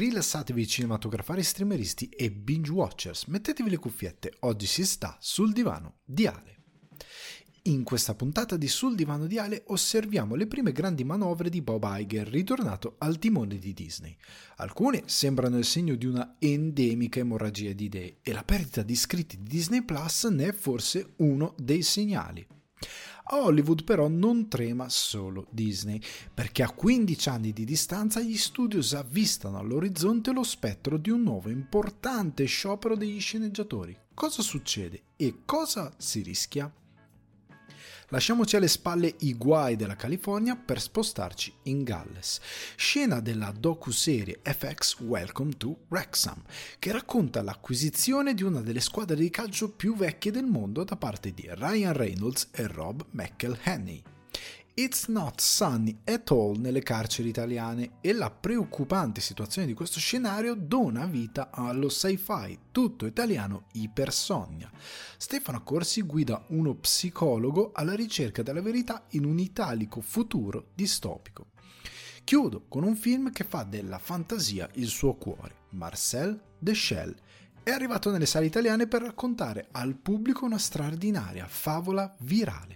rilassatevi cinematografari, streameristi e binge watchers, mettetevi le cuffiette, oggi si sta sul divano di Ale. In questa puntata di Sul divano di Ale osserviamo le prime grandi manovre di Bob Iger, ritornato al timone di Disney. Alcune sembrano il segno di una endemica emorragia di idee e la perdita di iscritti di Disney Plus ne è forse uno dei segnali. A Hollywood però non trema solo Disney, perché a 15 anni di distanza gli studios avvistano all'orizzonte lo spettro di un nuovo importante sciopero degli sceneggiatori. Cosa succede e cosa si rischia? Lasciamoci alle spalle i guai della California per spostarci in Galles, scena della docuserie FX Welcome to Wrexham, che racconta l'acquisizione di una delle squadre di calcio più vecchie del mondo da parte di Ryan Reynolds e Rob McElhenney. It's not sunny at all nelle carceri italiane e la preoccupante situazione di questo scenario dona vita allo sci-fi tutto italiano Ipersonnia. Stefano Corsi guida uno psicologo alla ricerca della verità in un italico futuro distopico. Chiudo con un film che fa della fantasia il suo cuore, Marcel the Shell. È arrivato nelle sale italiane per raccontare al pubblico una straordinaria favola virale.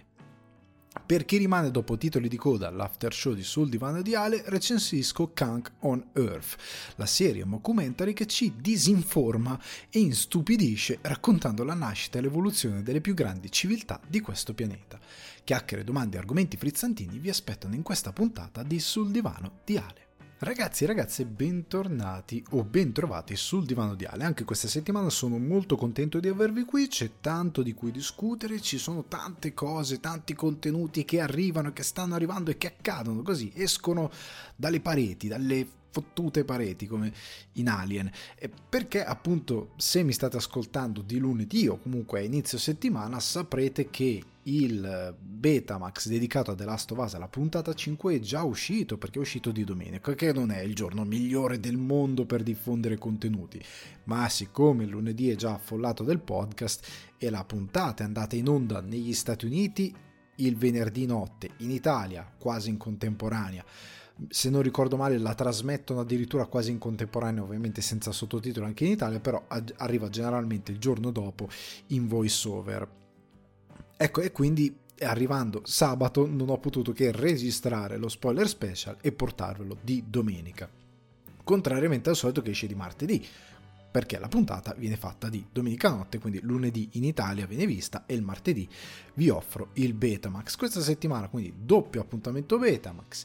Per chi rimane dopo titoli di coda all'after show di Sul divano di Ale, recensisco Kunk on Earth, la serie mockumentary che ci disinforma e instupidisce raccontando la nascita e l'evoluzione delle più grandi civiltà di questo pianeta. Chiacchiere, domande e argomenti frizzantini vi aspettano in questa puntata di Sul divano di Ale. Ragazzi e ragazze, bentornati o bentrovati sul divano di Ale. Anche questa settimana sono molto contento di avervi qui, c'è tanto di cui discutere, ci sono tante cose, tanti contenuti che arrivano, che stanno arrivando e che accadono così, escono dalle pareti, dalle fottute pareti come in Alien, perché appunto se mi state ascoltando di lunedì o comunque a inizio settimana saprete che il Betamax dedicato a The Last of Us, alla puntata 5, è già uscito, perché è uscito di domenica, che non è il giorno migliore del mondo per diffondere contenuti, ma siccome il lunedì è già affollato del podcast e la puntata è andata in onda negli Stati Uniti il venerdì notte, in Italia quasi in contemporanea, se non ricordo male la trasmettono addirittura quasi in contemporanea, ovviamente senza sottotitoli anche in Italia, però arriva generalmente il giorno dopo in voice over. Ecco, e quindi arrivando sabato non ho potuto che registrare lo spoiler special e portarvelo di domenica, contrariamente al solito che esce di martedì, perché la puntata viene fatta di domenica notte, quindi lunedì in Italia viene vista e il martedì vi offro il Betamax. Questa settimana quindi doppio appuntamento Betamax,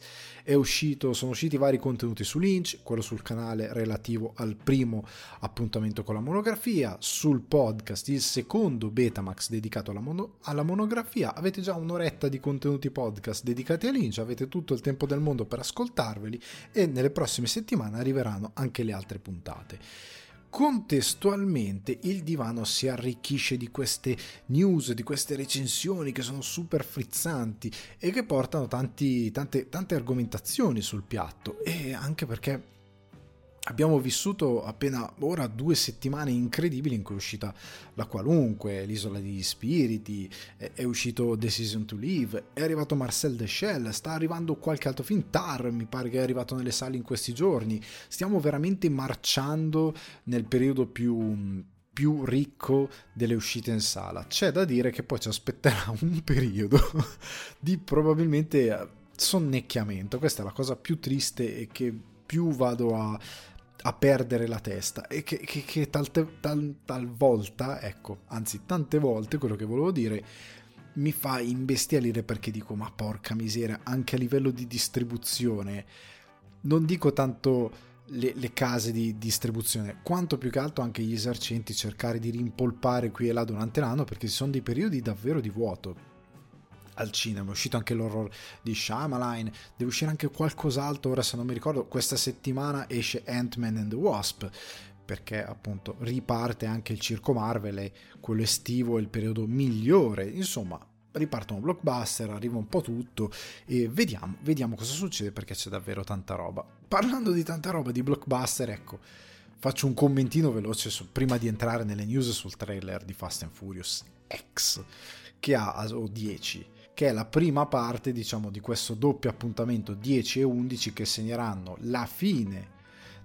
sono usciti vari contenuti su Lynch, quello sul canale relativo al primo appuntamento con la monografia, sul podcast il secondo Betamax dedicato alla monografia. Avete già un'oretta di contenuti podcast dedicati a Lynch, avete tutto il tempo del mondo per ascoltarveli e nelle prossime settimane arriveranno anche le altre puntate. Contestualmente il divano si arricchisce di queste news, di queste recensioni che sono super frizzanti e che portano tante argomentazioni sul piatto, e anche perché abbiamo vissuto appena ora 2 settimane incredibili in cui è uscita La Qualunque, L'isola degli spiriti, è uscito The Season to Live, è arrivato Marcel the Shell, sta arrivando qualche altro film, Tar mi pare che è arrivato nelle sale in questi giorni. Stiamo veramente marciando nel periodo più ricco delle uscite in sala. C'è da dire che poi ci aspetterà un periodo di probabilmente sonnecchiamento. Questa è la cosa più triste e che più vado a perdere la testa, e che talvolta, ecco, anzi tante volte, quello che volevo dire, mi fa imbestialire, perché dico, ma porca miseria, anche a livello di distribuzione, non dico tanto le case di distribuzione, quanto più che altro anche gli esercenti cercare di rimpolpare qui e là durante l'anno, perché ci sono dei periodi davvero di vuoto. Al cinema è uscito anche l'horror di Shyamalan, deve uscire anche qualcos'altro, ora se non mi ricordo, questa settimana esce Ant-Man and the Wasp, perché appunto riparte anche il circo Marvel e quello estivo è il periodo migliore, insomma ripartono blockbuster, arriva un po' tutto e vediamo cosa succede, perché c'è davvero tanta roba. Parlando di tanta roba, di blockbuster, ecco, faccio un commentino veloce prima di entrare nelle news sul trailer di Fast and Furious X, che ha 10, che è la prima parte, diciamo, di questo doppio appuntamento 10 e 11 che segneranno la fine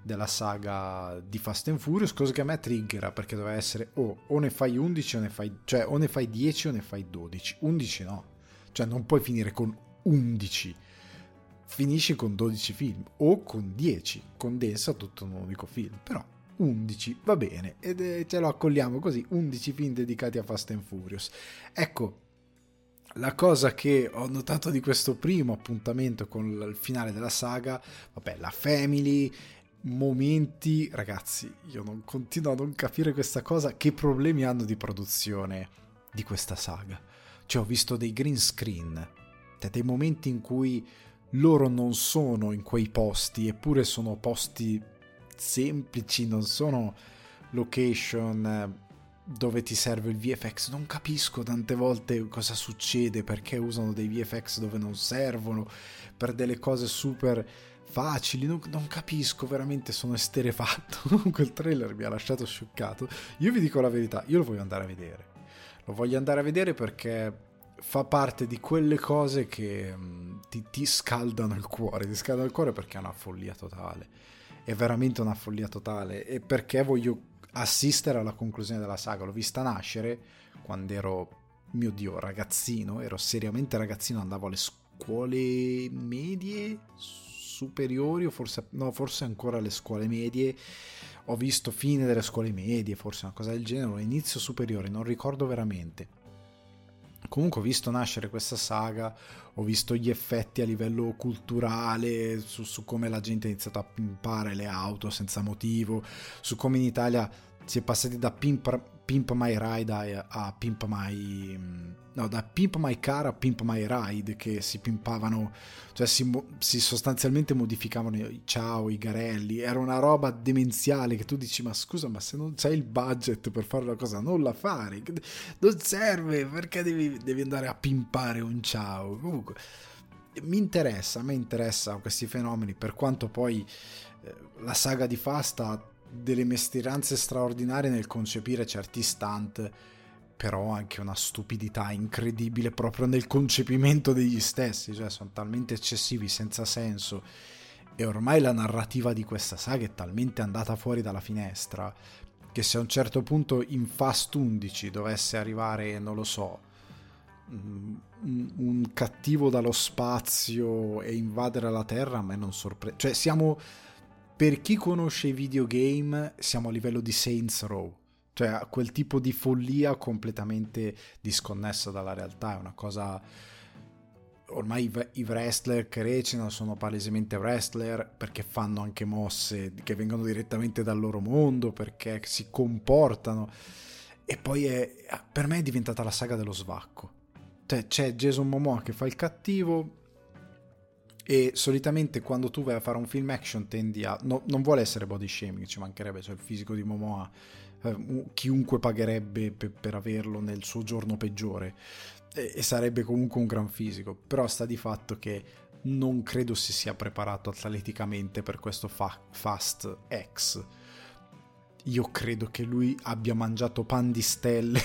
della saga di Fast and Furious, cosa che a me triggera, perché doveva essere o ne fai 11 o ne fai, cioè o ne fai 10 o ne fai 12. 11 no, cioè non puoi finire con 11, finisci con 12 film o con 10, condensa tutto in un unico film, però 11 va bene, ed ce lo accolliamo così, 11 film dedicati a Fast and Furious. Ecco, la cosa che ho notato di questo primo appuntamento con il finale della saga, vabbè, la family, momenti, ragazzi, io non continuo a non capire questa cosa, che problemi hanno di produzione di questa saga. Cioè, ho visto dei green screen, dei momenti in cui loro non sono in quei posti, eppure sono posti semplici, non sono location dove ti serve il VFX. Non capisco tante volte cosa succede, perché usano dei VFX dove non servono, per delle cose super facili, non capisco, veramente sono esterefatto. Quel trailer mi ha lasciato scioccato. Io vi dico la verità, io lo voglio andare a vedere perché fa parte di quelle cose che ti scaldano il cuore, perché è una follia totale, è veramente una follia totale, e perché voglio assistere alla conclusione della saga. L'ho vista nascere quando ero, mio Dio, ragazzino, ero seriamente ragazzino, andavo alle scuole medie, superiori, o forse ancora alle scuole medie. Ho visto fine delle scuole medie, forse una cosa del genere, o inizio superiore, non ricordo veramente. Comunque ho visto nascere questa saga, ho visto gli effetti a livello culturale, su come la gente ha iniziato a pimpare le auto senza motivo, su come in Italia si è passati da Pimp My Ride a Pimp My... no, da Pimp My Car a Pimp My Ride, che si pimpavano, cioè si sostanzialmente modificavano i ciao, i garelli. Era una roba demenziale che tu dici, ma scusa, ma se non c'hai il budget per fare una cosa non la fai, non serve, perché devi andare a pimpare un ciao. Comunque a me interessa questi fenomeni, per quanto poi la saga di Fast ha delle mestieranze straordinarie nel concepire certi stunt, però anche una stupidità incredibile proprio nel concepimento degli stessi, cioè sono talmente eccessivi, senza senso, e ormai la narrativa di questa saga è talmente andata fuori dalla finestra che se a un certo punto in Fast 11 dovesse arrivare, non lo so, un cattivo dallo spazio e invadere la Terra, a me non sorprende. Cioè siamo, per chi conosce i videogame, siamo a livello di Saints Row, cioè quel tipo di follia completamente disconnessa dalla realtà. È una cosa, ormai i wrestler che recitano sono palesemente wrestler, perché fanno anche mosse che vengono direttamente dal loro mondo, perché si comportano, e poi per me è diventata la saga dello svacco. Cioè c'è Jason Momoa che fa il cattivo, e solitamente quando tu vai a fare un film action tendi a... non vuole essere body shaming, ci mancherebbe, cioè il fisico di Momoa chiunque pagherebbe per averlo nel suo giorno peggiore, e sarebbe comunque un gran fisico, però sta di fatto che non credo si sia preparato atleticamente per questo Fast X. Io credo che lui abbia mangiato pan di stelle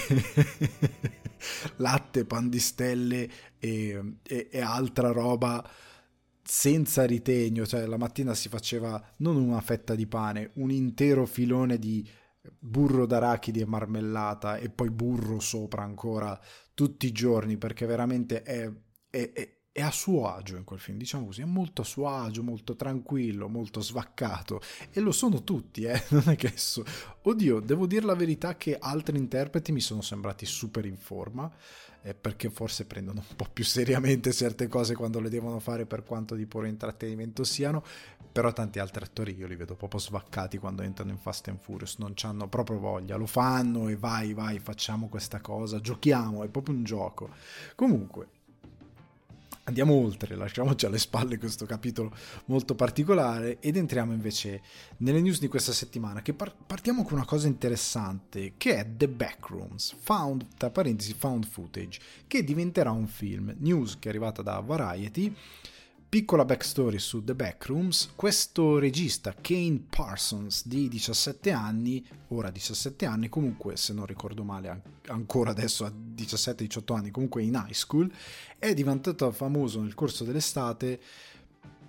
latte, pan di stelle e altra roba senza ritegno. Cioè la mattina si faceva non una fetta di pane, un intero filone di burro d'arachidi e marmellata, e poi burro sopra ancora, tutti i giorni, perché veramente è a suo agio in quel film, diciamo così, è molto a suo agio, molto tranquillo, molto svaccato, e lo sono tutti, non è che oddio, devo dire la verità che altri interpreti mi sono sembrati super in forma, perché forse prendono un po' più seriamente certe cose quando le devono fare, per quanto di puro intrattenimento siano, però tanti altri attori io li vedo proprio svaccati quando entrano in Fast and Furious, non c'hanno proprio voglia, lo fanno e vai, facciamo questa cosa, giochiamo, è proprio un gioco. Comunque andiamo oltre, lasciamoci alle spalle questo capitolo molto particolare ed entriamo invece nelle news di questa settimana, che partiamo con una cosa interessante, che è The Backrooms, tra parentesi found footage, che diventerà un film. News che è arrivata da Variety. Piccola backstory su The Backrooms: questo regista Kane Parsons di 17 anni, ora 17 anni, comunque se non ricordo male ancora adesso ha 17-18 anni, comunque in high school, è diventato famoso nel corso dell'estate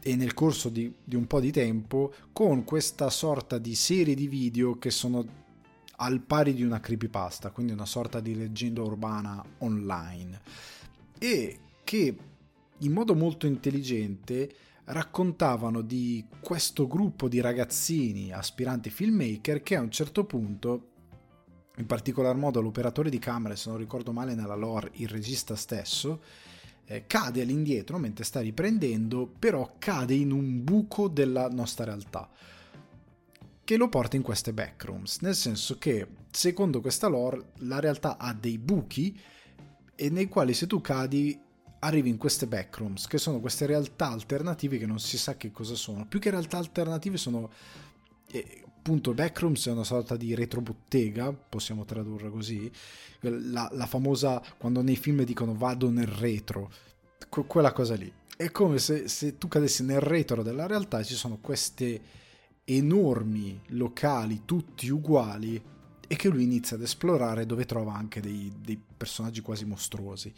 e nel corso di un po' di tempo con questa sorta di serie di video che sono al pari di una creepypasta, quindi una sorta di leggenda urbana online, e che in modo molto intelligente raccontavano di questo gruppo di ragazzini aspiranti filmmaker che a un certo punto, in particolar modo l'operatore di camera, se non ricordo male nella lore il regista stesso, cade all'indietro mentre sta riprendendo, però cade in un buco della nostra realtà che lo porta in queste backrooms, nel senso che secondo questa lore la realtà ha dei buchi e nei quali se tu cadi arrivi in queste backrooms, che sono queste realtà alternative che non si sa che cosa sono. Più che realtà alternative sono appunto backrooms, è una sorta di retrobottega, possiamo tradurre così, la famosa quando nei film dicono vado nel retro, quella cosa lì. È come se tu cadessi nel retro della realtà e ci sono queste enormi locali tutti uguali e che lui inizia ad esplorare, dove trova anche dei personaggi quasi mostruosi.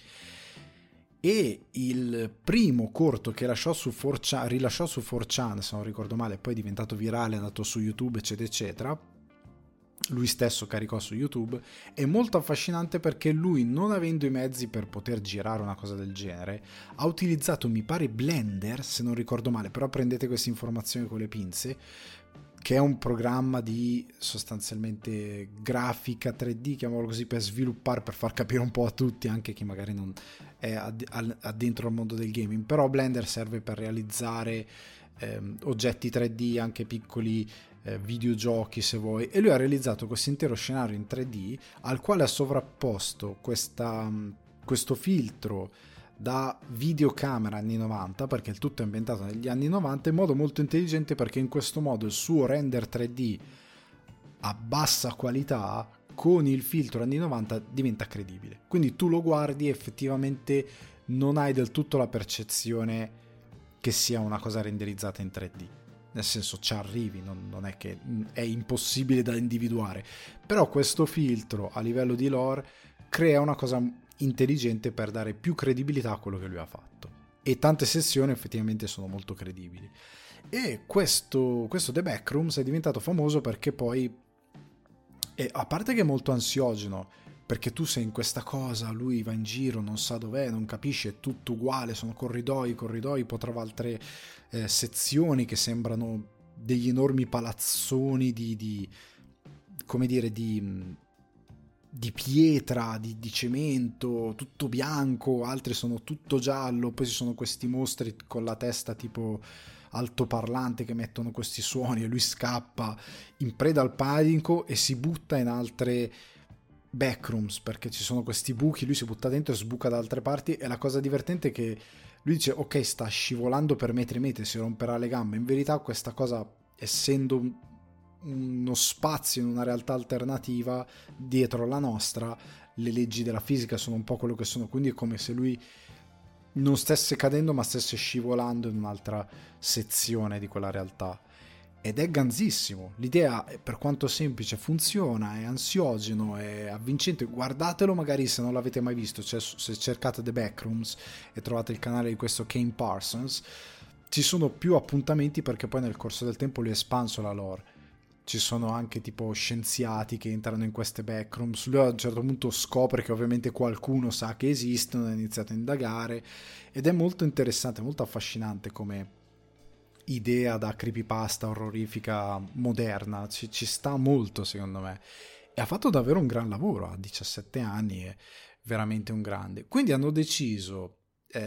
E il primo corto che rilasciò su 4chan, se non ricordo male, poi è diventato virale, è andato su YouTube eccetera eccetera, lui stesso caricò su YouTube, è molto affascinante perché lui, non avendo i mezzi per poter girare una cosa del genere, ha utilizzato, mi pare, Blender, se non ricordo male, però prendete queste informazioni con le pinze, che è un programma di sostanzialmente grafica 3D, chiamiamolo così, per sviluppare, per far capire un po' a tutti, anche chi magari non è addentro al mondo del gaming, però Blender serve per realizzare oggetti 3D, anche piccoli, videogiochi se vuoi, e lui ha realizzato questo intero scenario in 3D al quale ha sovrapposto questo filtro da videocamera anni 90, perché il tutto è ambientato negli anni 90 in modo molto intelligente, perché in questo modo il suo render 3D a bassa qualità con il filtro anni 90 diventa credibile, quindi tu lo guardi e effettivamente non hai del tutto la percezione che sia una cosa renderizzata in 3D, nel senso ci arrivi, non è che è impossibile da individuare, però questo filtro a livello di lore crea una cosa intelligente per dare più credibilità a quello che lui ha fatto, e tante sessioni effettivamente sono molto credibili. E questo The Backrooms è diventato famoso perché poi, a parte che è molto ansiogeno, perché tu sei in questa cosa, lui va in giro, non sa dov'è, non capisce, è tutto uguale, sono corridoi, poi trova altre sezioni che sembrano degli enormi palazzoni di pietra, di cemento, tutto bianco, altri sono tutto giallo, poi ci sono questi mostri con la testa tipo altoparlante che mettono questi suoni e lui scappa in preda al panico e si butta in altre backrooms perché ci sono questi buchi, lui si butta dentro e sbuca da altre parti, e la cosa divertente è che lui dice ok, sta scivolando per metri e metri, si romperà le gambe. In verità questa cosa, essendo uno spazio in una realtà alternativa dietro la nostra, le leggi della fisica sono un po' quello che sono, quindi è come se lui non stesse cadendo ma stesse scivolando in un'altra sezione di quella realtà. Ed è ganzissimo, l'idea, per quanto semplice, funziona, è ansiogeno, è avvincente. Guardatelo magari se non l'avete mai visto, cioè se cercate The Backrooms e trovate il canale di questo Kane Parsons, ci sono più appuntamenti perché poi nel corso del tempo lui ha espanso la lore. Ci sono anche tipo scienziati che entrano in queste backrooms, lui a un certo punto scopre che ovviamente qualcuno sa che esistono, ha iniziato a indagare, ed è molto interessante, molto affascinante come idea da creepypasta orrorifica moderna, ci sta molto secondo me, e ha fatto davvero un gran lavoro, a 17 anni è veramente un grande. Quindi hanno deciso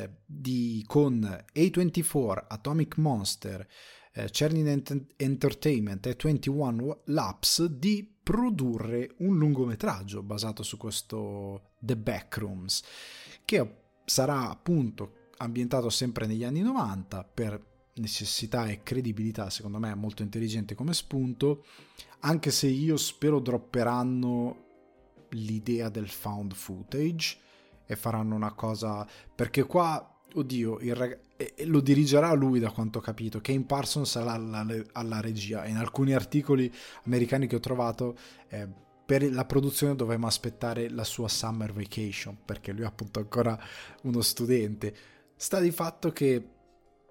con A24, Atomic Monster, Chernin Entertainment e 21 Labs di produrre un lungometraggio basato su questo The Backrooms, che sarà appunto ambientato sempre negli anni 90 per necessità e credibilità. Secondo me è molto intelligente come spunto, anche se io spero dropperanno l'idea del found footage e faranno una cosa, perché qua, oddio, lo dirigerà lui da quanto ho capito, Kane Parsons alla regia, e in alcuni articoli americani che ho trovato per la produzione dovremmo aspettare la sua summer vacation, perché lui è appunto ancora uno studente. Sta di fatto che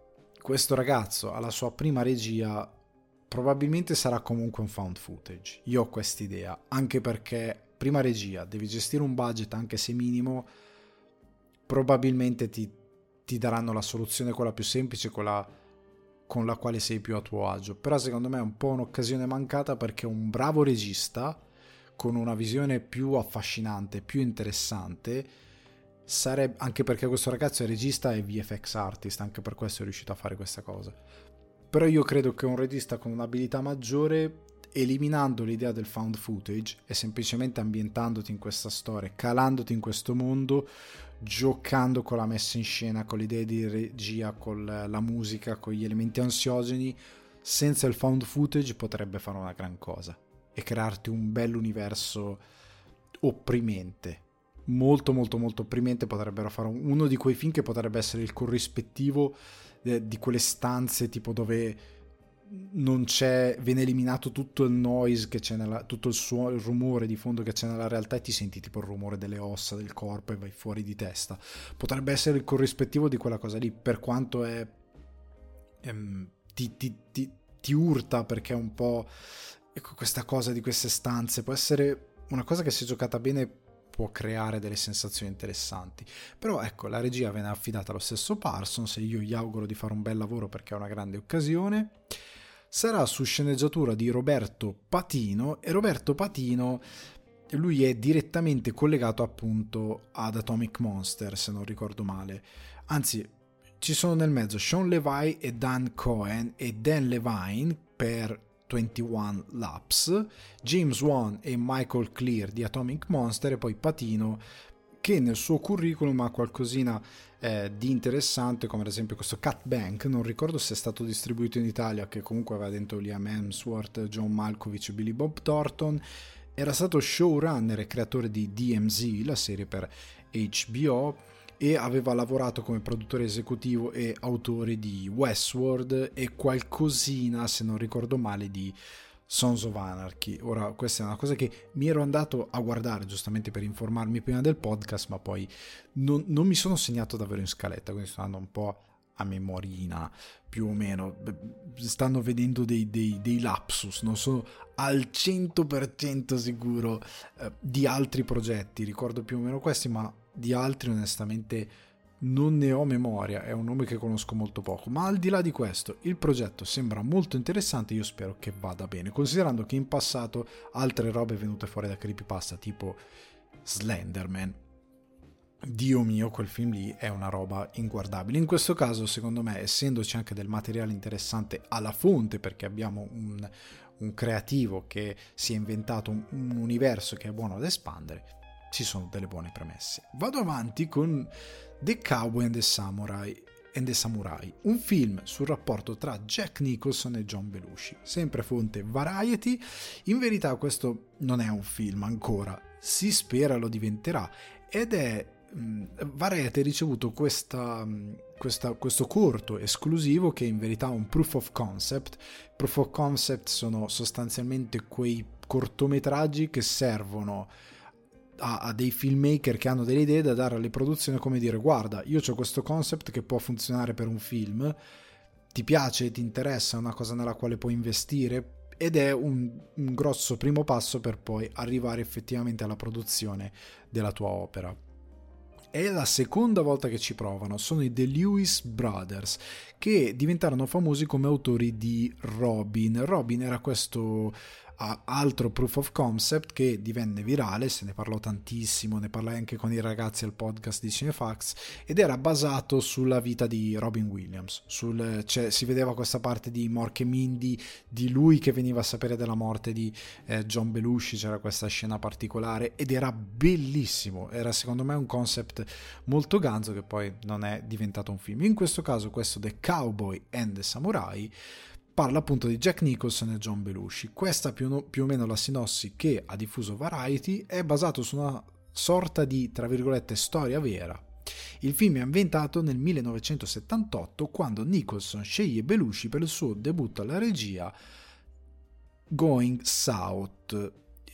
questo ragazzo alla sua prima regia probabilmente sarà comunque un found footage. Io ho quest'idea, anche perché prima regia, devi gestire un budget anche se minimo, probabilmente ti daranno la soluzione quella più semplice, quella con la quale sei più a tuo agio. Però secondo me è un po' un'occasione mancata, perché un bravo regista con una visione più affascinante, più interessante, sarebbe, anche perché questo ragazzo è regista e VFX artist, anche per questo è riuscito a fare questa cosa. Però io credo che un regista con un'abilità maggiore, eliminando l'idea del found footage e semplicemente ambientandoti in questa storia, calandoti in questo mondo, giocando con la messa in scena, con le idee di regia, con la musica, con gli elementi ansiogeni, senza il found footage potrebbe fare una gran cosa e crearti un bell'universo opprimente, molto molto molto opprimente. Potrebbero fare uno di quei film che potrebbe essere il corrispettivo di quelle stanze tipo dove non c'è, viene eliminato tutto il noise che c'è tutto il suono, il rumore di fondo che c'è nella realtà, e ti senti tipo il rumore delle ossa del corpo e vai fuori di testa. Potrebbe essere il corrispettivo di quella cosa lì, per quanto è ti urta, perché è un po', ecco, questa cosa di queste stanze può essere una cosa che, se giocata bene, può creare delle sensazioni interessanti. Però ecco, la regia viene affidata allo stesso Parsons e io gli auguro di fare un bel lavoro, perché è una grande occasione. Sarà su sceneggiatura di Roberto Patino, e Roberto Patino, lui è direttamente collegato appunto ad Atomic Monster, se non ricordo male. Anzi, ci sono nel mezzo Sean Levy e Dan Cohen e Dan Levine per 21 Laps, James Wan e Michael Clear di Atomic Monster, e poi Patino, che nel suo curriculum ha qualcosina di interessante, come ad esempio questo Cat Bank, non ricordo se è stato distribuito in Italia, che comunque aveva dentro Liam Hemsworth, John Malkovich e Billy Bob Thornton. Era stato showrunner e creatore di DMZ, la serie per HBO, e aveva lavorato come produttore esecutivo e autore di Westworld e qualcosina, se non ricordo male, di Sons of Anarchy. Ora, questa è una cosa che mi ero andato a guardare giustamente per informarmi prima del podcast, ma poi non mi sono segnato davvero in scaletta, quindi sto andando un po' a memorina, più o meno. Stanno vedendo dei lapsus, non sono al 100% sicuro di altri progetti, ricordo più o meno questi, ma di altri onestamente non ne ho memoria, è un nome che conosco molto poco. Ma al di là di questo, il progetto sembra molto interessante, io spero che vada bene, considerando che in passato altre robe venute fuori da creepypasta, tipo Slenderman, Dio mio, quel film lì è una roba inguardabile. In questo caso, secondo me, essendoci anche del materiale interessante alla fonte, perché abbiamo un creativo che si è inventato un universo che è buono ad espandere, ci sono delle buone premesse. Vado avanti con The Cowboy and the Samurai, un film sul rapporto tra Jack Nicholson e John Belushi, sempre fonte Variety. In verità questo non è un film ancora, si spera lo diventerà, ed è Variety ha ricevuto questo corto esclusivo che in verità è un proof of concept. Proof of concept sono sostanzialmente quei cortometraggi che servono a dei filmmaker che hanno delle idee da dare alle produzioni, come dire: guarda, io ho questo concept che può funzionare per un film, ti piace, ti interessa, è una cosa nella quale puoi investire, ed è un grosso primo passo per poi arrivare effettivamente alla produzione della tua opera. È la seconda volta che ci provano, sono i The Lewis Brothers, che diventarono famosi come autori di Robin. Robin era questo altro proof of concept che divenne virale, se ne parlò tantissimo, ne parlai anche con i ragazzi al podcast di Cinefax, ed era basato sulla vita di Robin Williams. Si vedeva questa parte di Mork e Mindy, di lui che veniva a sapere della morte di John Belushi, c'era questa scena particolare ed era bellissimo, era secondo me un concept molto ganzo che poi non è diventato un film. In questo caso questo The Cowboy and the Samurai parla appunto di Jack Nicholson e John Belushi. Questa più o meno la sinossi che ha diffuso Variety, è basato su una sorta di, tra virgolette, storia vera. Il film è ambientato nel 1978, quando Nicholson sceglie Belushi per il suo debutto alla regia Going South.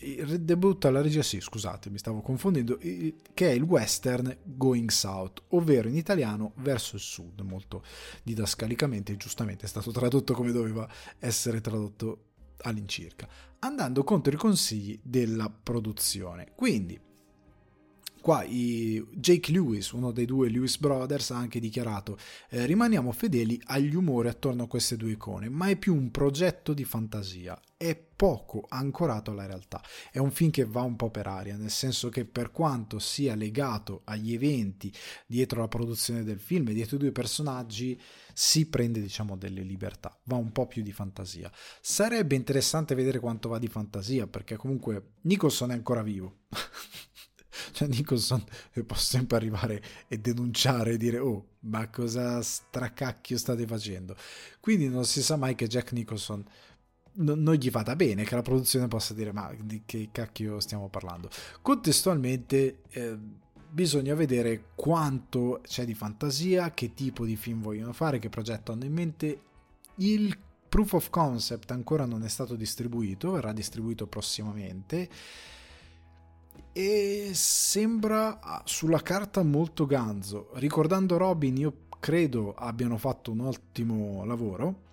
debutta alla regia, sì, scusate, mi stavo confondendo, che è il western Going South, ovvero in italiano Verso il Sud, molto didascalicamente, giustamente è stato tradotto come doveva essere tradotto all'incirca, andando contro i consigli della produzione. Quindi qua Jake Lewis, uno dei due Lewis Brothers, ha anche dichiarato rimaniamo fedeli agli umori attorno a queste due icone, ma è più un progetto di fantasia, è poco ancorato alla realtà. È un film che va un po' per aria, nel senso che per quanto sia legato agli eventi dietro la produzione del film e dietro i due personaggi, si prende diciamo delle libertà, va un po' più di fantasia. Sarebbe interessante vedere quanto va di fantasia, perché comunque Nicholson è ancora vivo. Cioè Nicholson posso sempre arrivare e denunciare e dire oh ma cosa stracacchio state facendo, quindi non si sa mai che Jack Nicholson non gli vada bene, che la produzione possa dire ma di che cacchio stiamo parlando. Contestualmente bisogna vedere quanto c'è di fantasia, che tipo di film vogliono fare, che progetto hanno in mente. Il proof of concept ancora non è stato distribuito, verrà distribuito prossimamente e sembra sulla carta molto ganzo. Ricordando Robin, io credo abbiano fatto un ottimo lavoro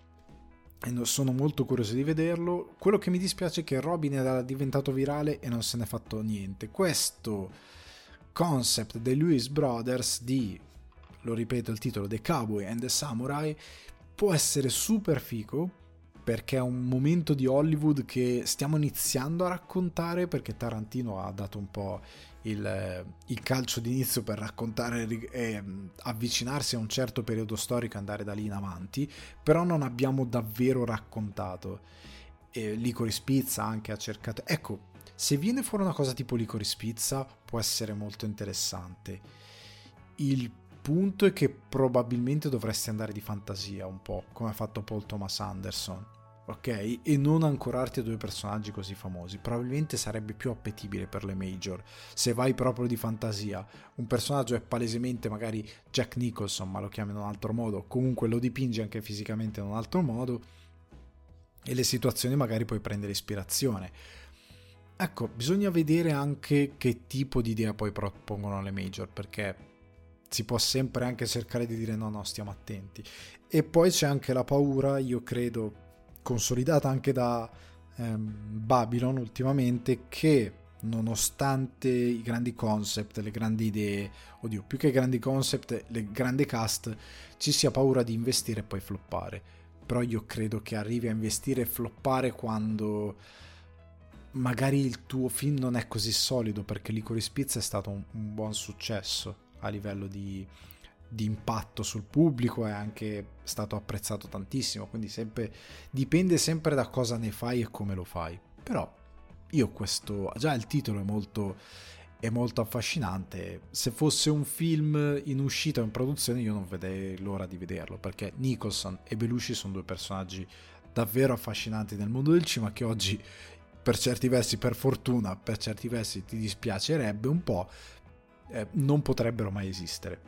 e sono molto curioso di vederlo. Quello che mi dispiace è che Robin era diventato virale e non se n'è fatto niente. Questo concept dei Lewis Brothers di, lo ripeto il titolo, The Cowboy and the Samurai, può essere super figo, perché è un momento di Hollywood che stiamo iniziando a raccontare, perché Tarantino ha dato un po' il calcio d'inizio per raccontare e avvicinarsi a un certo periodo storico e andare da lì in avanti, però non abbiamo davvero raccontato. Licorice Pizza anche ha cercato, ecco, se viene fuori una cosa tipo Licorice Pizza può essere molto interessante. Il punto è che probabilmente dovresti andare di fantasia un po', come ha fatto Paul Thomas Anderson, ok? E non ancorarti a due personaggi così famosi. Probabilmente sarebbe più appetibile per le major se vai proprio di fantasia. Un personaggio è palesemente magari Jack Nicholson, ma lo chiami in un altro modo, comunque lo dipingi anche fisicamente in un altro modo e le situazioni magari puoi prendere ispirazione. Ecco, bisogna vedere anche che tipo di idea poi propongono le major, perché si può sempre anche cercare di dire no, stiamo attenti. E poi c'è anche la paura, io credo consolidata anche da Babylon ultimamente, che nonostante i grandi concept, le grandi idee, oddio, più che i grandi concept, le grandi cast, ci sia paura di investire e poi floppare. Però io credo che arrivi a investire e floppare quando magari il tuo film non è così solido, perché Licorice Pizza è stato un buon successo a livello di impatto sul pubblico, è anche stato apprezzato tantissimo, quindi sempre dipende sempre da cosa ne fai e come lo fai. Però io questo, già il titolo è molto affascinante. Se fosse un film in uscita o in produzione io non vedrei l'ora di vederlo, perché Nicholson e Belushi sono due personaggi davvero affascinanti nel mondo del cinema, che oggi per certi versi, per fortuna, per certi versi ti dispiacerebbe un po', non potrebbero mai esistere.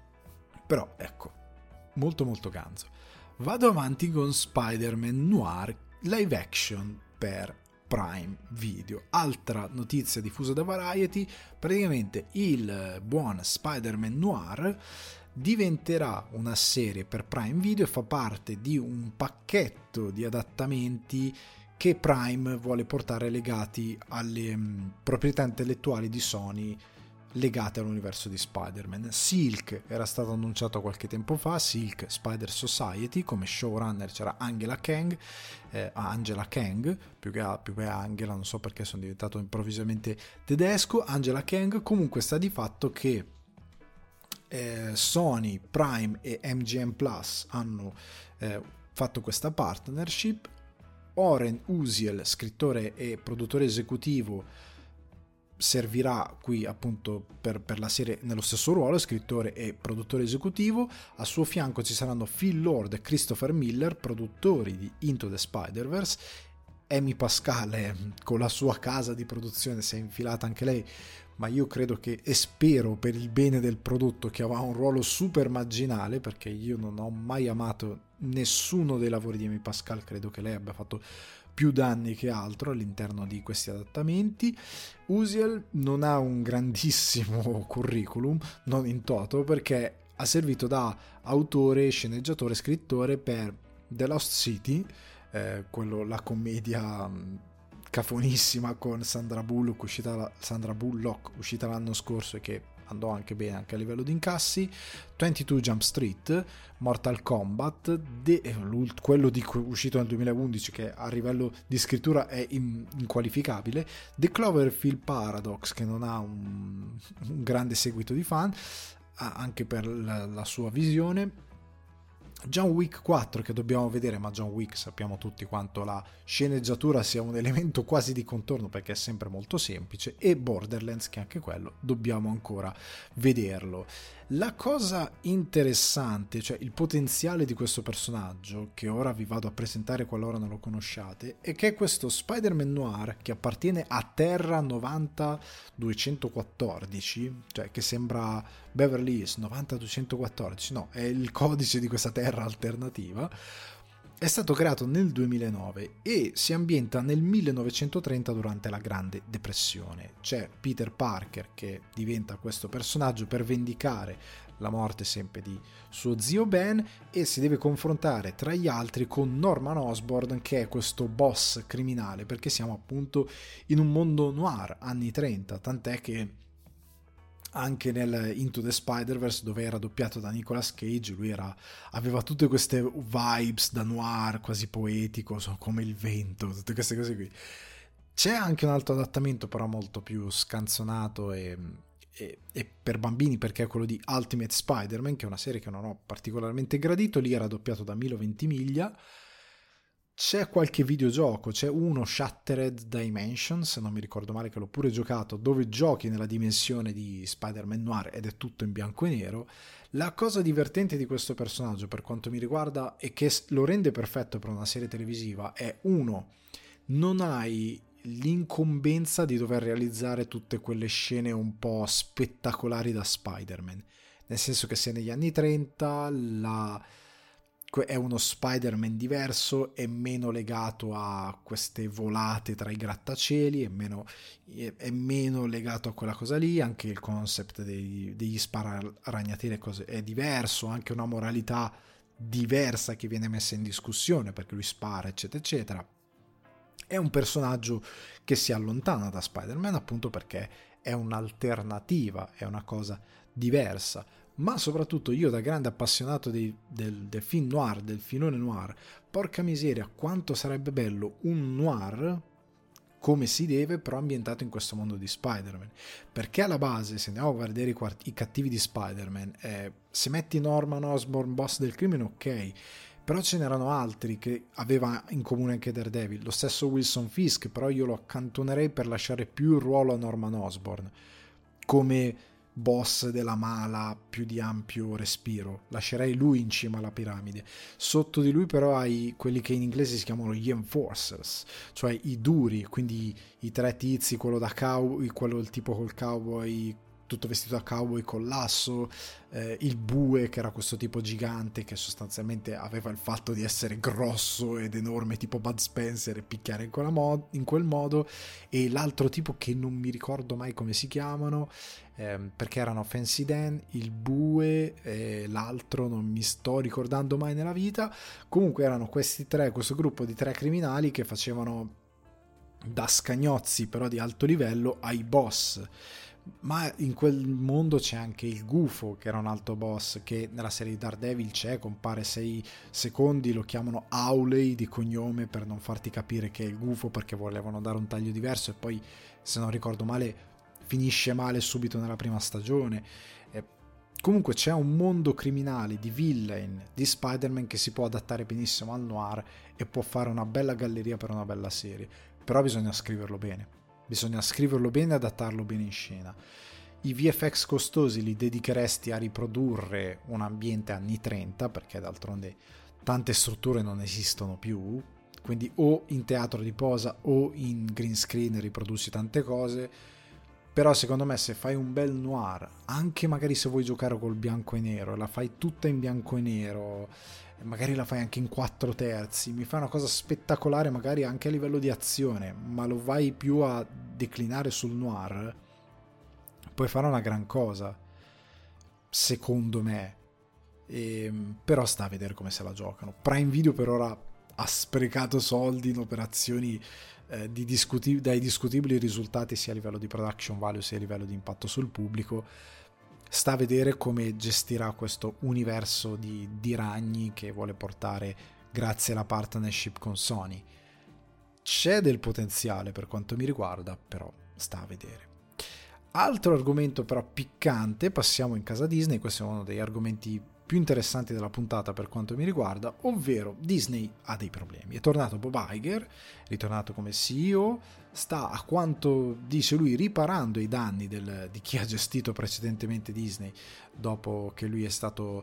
Però ecco, molto molto ganzo. Vado avanti con Spider-Man Noir live action per Prime Video. Altra notizia diffusa da Variety: praticamente il buon Spider-Man Noir diventerà una serie per Prime Video e fa parte di un pacchetto di adattamenti che Prime vuole portare legati alle proprietà intellettuali di Sony legate all'universo di Spider-Man. Silk era stato annunciato qualche tempo fa, Silk Spider Society, come showrunner c'era Angela Kang, più che Angela, non so perché sono diventato improvvisamente tedesco, Angela Kang. Comunque sta di fatto che Sony, Prime e MGM Plus hanno fatto questa partnership. Oren Uziel, scrittore e produttore esecutivo, servirà qui appunto per la serie nello stesso ruolo, scrittore e produttore esecutivo. A suo fianco ci saranno Phil Lord e Christopher Miller, produttori di Into the Spider-Verse. Amy Pascal con la sua casa di produzione si è infilata anche lei, ma io credo che, e spero per il bene del prodotto, che avrà un ruolo super marginale, perché io non ho mai amato nessuno dei lavori di Amy Pascal, credo che lei abbia fatto più danni che altro all'interno di questi adattamenti. Uziel non ha un grandissimo curriculum, non in toto, perché ha servito da autore, sceneggiatore, scrittore per The Lost City, la commedia cafonissima con Sandra Bullock uscita l'anno scorso e che andò anche bene anche a livello di incassi, 22 Jump Street, Mortal Kombat, quello uscito nel 2011 che a livello di scrittura è inqualificabile, The Cloverfield Paradox, che non ha un grande seguito di fan anche per la sua visione, John Wick 4 che dobbiamo vedere, ma John Wick sappiamo tutti quanto la sceneggiatura sia un elemento quasi di contorno perché è sempre molto semplice, e Borderlands, che anche quello dobbiamo ancora vederlo. La cosa interessante, cioè il potenziale di questo personaggio, che ora vi vado a presentare qualora non lo conosciate, è che è questo Spider-Man Noir che appartiene a Terra 90214, cioè che sembra Beverly Hills 90214, no, è il codice di questa Terra alternativa. È stato creato nel 2009 e si ambienta nel 1930 durante la Grande Depressione. C'è Peter Parker che diventa questo personaggio per vendicare la morte sempre di suo zio Ben e si deve confrontare tra gli altri con Norman Osborn, che è questo boss criminale, perché siamo appunto in un mondo noir anni 30, tant'è che anche nel Into the Spider-Verse, dove era doppiato da Nicolas Cage, lui aveva tutte queste vibes da noir quasi poetico, come il vento, tutte queste cose qui. C'è anche un altro adattamento però molto più scanzonato e per bambini, perché è quello di Ultimate Spider-Man, che è una serie che non ho particolarmente gradito. Lì era doppiato da Milo Ventimiglia. C'è qualche videogioco, c'è uno Shattered Dimensions, se non mi ricordo male, che l'ho pure giocato, dove giochi nella dimensione di Spider-Man Noir ed è tutto in bianco e nero. La cosa divertente di questo personaggio, per quanto mi riguarda, e che lo rende perfetto per una serie televisiva, è uno, non hai l'incombenza di dover realizzare tutte quelle scene un po' spettacolari da Spider-Man, nel senso che sei negli anni 30, è uno Spider-Man diverso, è meno legato a queste volate tra i grattacieli, è meno legato a quella cosa lì, anche il concept degli sparagnateli è diverso, anche una moralità diversa che viene messa in discussione perché lui spara eccetera eccetera. È un personaggio che si allontana da Spider-Man appunto perché è un'alternativa, è una cosa diversa. Ma soprattutto io, da grande appassionato del film noir, del filone noir, porca miseria quanto sarebbe bello un noir come si deve, però ambientato in questo mondo di Spider-Man, perché alla base, se andiamo a vedere i cattivi di Spider-Man, se metti Norman Osborn boss del crimine, ok, però ce n'erano altri che aveva in comune anche Daredevil, lo stesso Wilson Fisk, però io lo accantonerei per lasciare più il ruolo a Norman Osborn come boss della mala più di ampio respiro, lascerei lui in cima alla piramide. Sotto di lui però hai quelli che in inglese si chiamano gli enforcers, cioè i duri, quindi i tre tizi, quello da cowboy, quello il tipo col cowboy tutto vestito da cowboy con l'asso, il bue che era questo tipo gigante che sostanzialmente aveva il fatto di essere grosso ed enorme tipo Bud Spencer e picchiare in quel modo, e l'altro tipo che non mi ricordo mai come si chiamano, perché erano Fancy Dan, il bue e l'altro non mi sto ricordando mai nella vita. Comunque erano questi tre, questo gruppo di tre criminali che facevano da scagnozzi però di alto livello ai boss. Ma in quel mondo c'è anche il gufo, che era un altro boss che nella serie di Daredevil compare 6 secondi, lo chiamano Howley di cognome per non farti capire che è il gufo, perché volevano dare un taglio diverso, e poi, se non ricordo male, finisce male subito nella prima stagione. Comunque c'è un mondo criminale di villain di Spider-Man che si può adattare benissimo al noir e può fare una bella galleria per una bella serie, però bisogna scriverlo bene. Bisogna scriverlo bene e adattarlo bene in scena. I VFX costosi li dedicheresti a riprodurre un ambiente anni 30, perché d'altronde tante strutture non esistono più, quindi o in teatro di posa o in green screen riproduci tante cose. Però secondo me se fai un bel noir, anche magari se vuoi giocare col bianco e nero, la fai tutta in bianco e nero, magari la fai anche in 4/3, mi fai una cosa spettacolare magari anche a livello di azione, ma lo vai più a declinare sul noir, puoi fare una gran cosa, secondo me. Però sta a vedere come se la giocano. Prime Video per ora ha sprecato soldi in operazioni dai discutibili risultati sia a livello di production value sia a livello di impatto sul pubblico. Sta a vedere come gestirà questo universo di ragni che vuole portare grazie alla partnership con Sony. C'è del potenziale per quanto mi riguarda, però sta a vedere. Altro argomento però piccante, passiamo in casa Disney. Questo è uno degli argomenti più interessanti della puntata per quanto mi riguarda, ovvero Disney ha dei problemi. È tornato Bob Iger, ritornato come CEO, sta, a quanto dice lui, riparando i danni di chi ha gestito precedentemente Disney dopo che lui è stato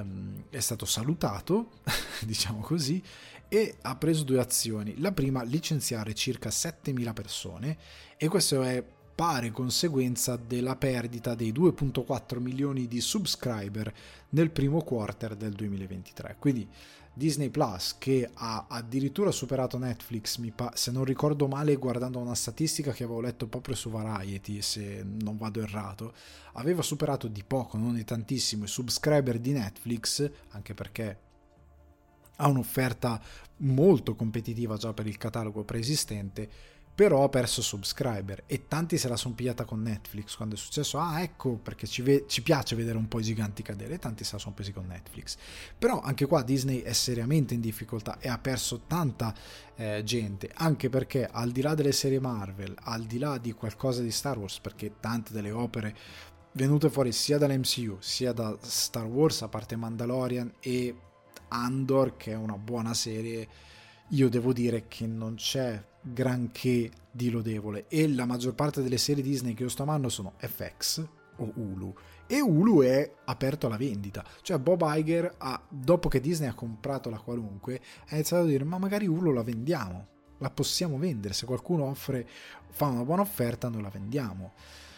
salutato, diciamo così, e ha preso 2 azioni. La prima, licenziare circa 7.000 persone, e questo è pare conseguenza della perdita dei 2,4 milioni di subscriber nel primo quarter del 2023. Quindi Disney Plus, che ha addirittura superato Netflix, se non ricordo male, guardando una statistica che avevo letto proprio su Variety, se non vado errato, aveva superato di poco, non di tantissimo, i subscriber di Netflix, anche perché ha un'offerta molto competitiva già per il catalogo preesistente, però ha perso subscriber e tanti se la sono pigliata con Netflix quando è successo. Ecco perché ci piace vedere un po' i giganti cadere, e tanti se la sono presi con Netflix. Però anche qua Disney è seriamente in difficoltà e ha perso tanta gente, anche perché al di là delle serie Marvel, al di là di qualcosa di Star Wars, perché tante delle opere venute fuori sia dall'MCU sia da Star Wars, a parte Mandalorian e Andor, che è una buona serie, io devo dire che non c'è granché di lodevole, e la maggior parte delle serie Disney che io sto amando sono FX o Hulu, e Hulu è aperto alla vendita. Cioè Bob Iger dopo che Disney ha comprato la qualunque, ha iniziato a dire: ma magari Hulu la vendiamo, la possiamo vendere, se qualcuno fa una buona offerta noi la vendiamo.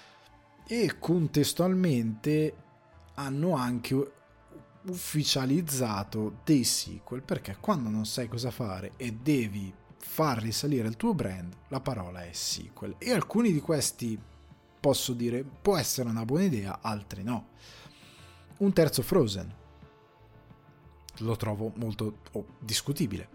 E contestualmente hanno anche ufficializzato dei sequel, perché quando non sai cosa fare e devi far risalire il tuo brand, la parola è sequel, e alcuni di questi, posso dire, può essere una buona idea, altri no. Un terzo Frozen lo trovo molto discutibile.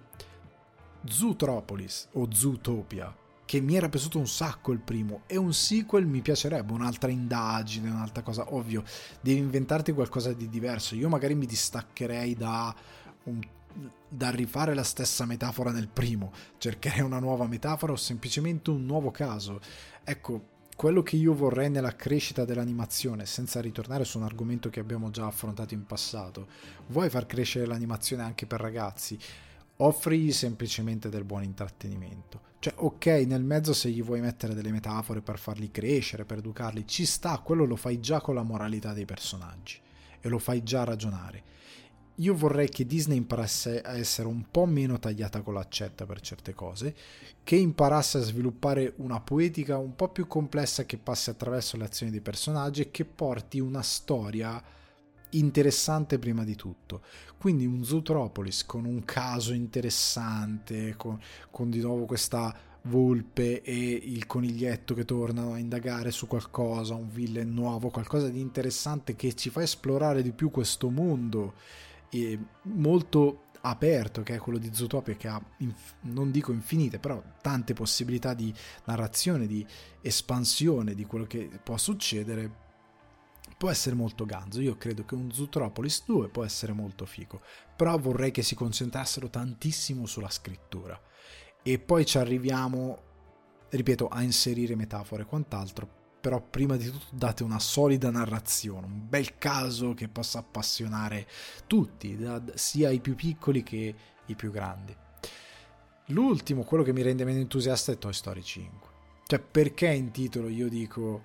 Zootropolis o Zootopia, che mi era piaciuto un sacco il primo, e un sequel mi piacerebbe, un'altra indagine, un'altra cosa. Ovvio, devi inventarti qualcosa di diverso. Io magari mi distaccherei da rifare la stessa metafora del primo, cercherei una nuova metafora o semplicemente un nuovo caso. Ecco, quello che io vorrei nella crescita dell'animazione, senza ritornare su un argomento che abbiamo già affrontato in passato, vuoi far crescere l'animazione anche per ragazzi? Offrigli semplicemente del buon intrattenimento. Cioè, ok, nel mezzo se gli vuoi mettere delle metafore per farli crescere, per educarli, ci sta, quello lo fai già con la moralità dei personaggi e lo fai già ragionare. Io vorrei che Disney imparasse a essere un po' meno tagliata con l'accetta per certe cose, che imparasse a sviluppare una poetica un po' più complessa che passi attraverso le azioni dei personaggi e che porti una storia interessante prima di tutto. Quindi un Zootropolis con un caso interessante, con di nuovo questa volpe e il coniglietto che tornano a indagare su qualcosa, un villain nuovo, qualcosa di interessante che ci fa esplorare di più questo mondo molto aperto che è quello di Zootopia, che ha non dico infinite, però tante possibilità di narrazione, di espansione di quello che può succedere. Può essere molto ganzo. Io credo che un Zootropolis 2 può essere molto figo, però vorrei che si concentrassero tantissimo sulla scrittura e poi ci arriviamo, ripeto, a inserire metafore e quant'altro. Però prima di tutto date una solida narrazione, un bel caso che possa appassionare tutti, sia i più piccoli che i più grandi. L'ultimo, quello che mi rende meno entusiasta, è Toy Story 5. Cioè, perché in titolo io dico,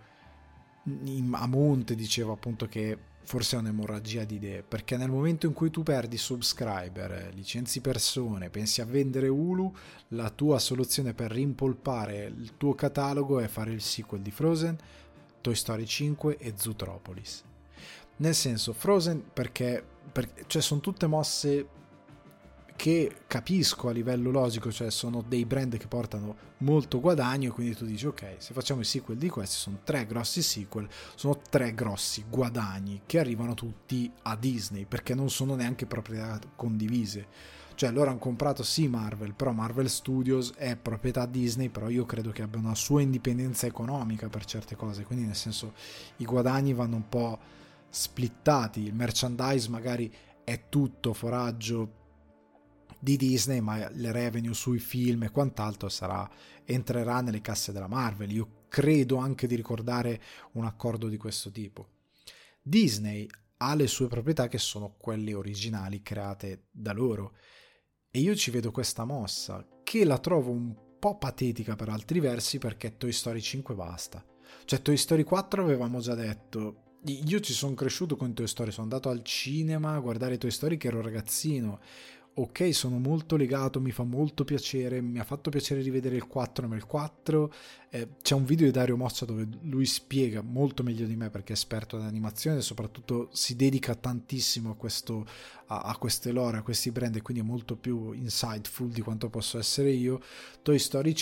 a monte dicevo appunto che forse è un'emorragia di idee, perché nel momento in cui tu perdi subscriber, licenzi persone, pensi a vendere Hulu, la tua soluzione per rimpolpare il tuo catalogo è fare il sequel di Frozen, Toy Story 5 e Zootropolis. Nel senso, Frozen perché cioè sono tutte mosse che capisco a livello logico, cioè sono dei brand che portano molto guadagno, quindi tu dici ok, se facciamo i sequel di questi, sono 3 grossi sequel, sono 3 grossi guadagni che arrivano tutti a Disney, perché non sono neanche proprietà condivise. Cioè loro hanno comprato sì Marvel, però Marvel Studios è proprietà Disney, però io credo che abbia una sua indipendenza economica per certe cose, quindi nel senso i guadagni vanno un po' splittati, il merchandise magari è tutto foraggio di Disney, ma le revenue sui film e quant'altro entrerà nelle casse della Marvel. Io credo anche di ricordare un accordo di questo tipo. Disney ha le sue proprietà che sono quelle originali create da loro, e io ci vedo questa mossa che la trovo un po' patetica per altri versi, perché Toy Story 5 basta. Cioè Toy Story 4 avevamo già detto, io ci sono cresciuto con Toy Story, sono andato al cinema a guardare Toy Story che ero ragazzino. Ok, sono molto legato, mi fa molto piacere, mi ha fatto piacere rivedere il 4, ma il 4 c'è un video di Dario Moccia dove lui spiega molto meglio di me, perché è esperto di animazione e soprattutto si dedica tantissimo a queste lore, a questi brand, e quindi è molto più insightful di quanto posso essere io. Toy Story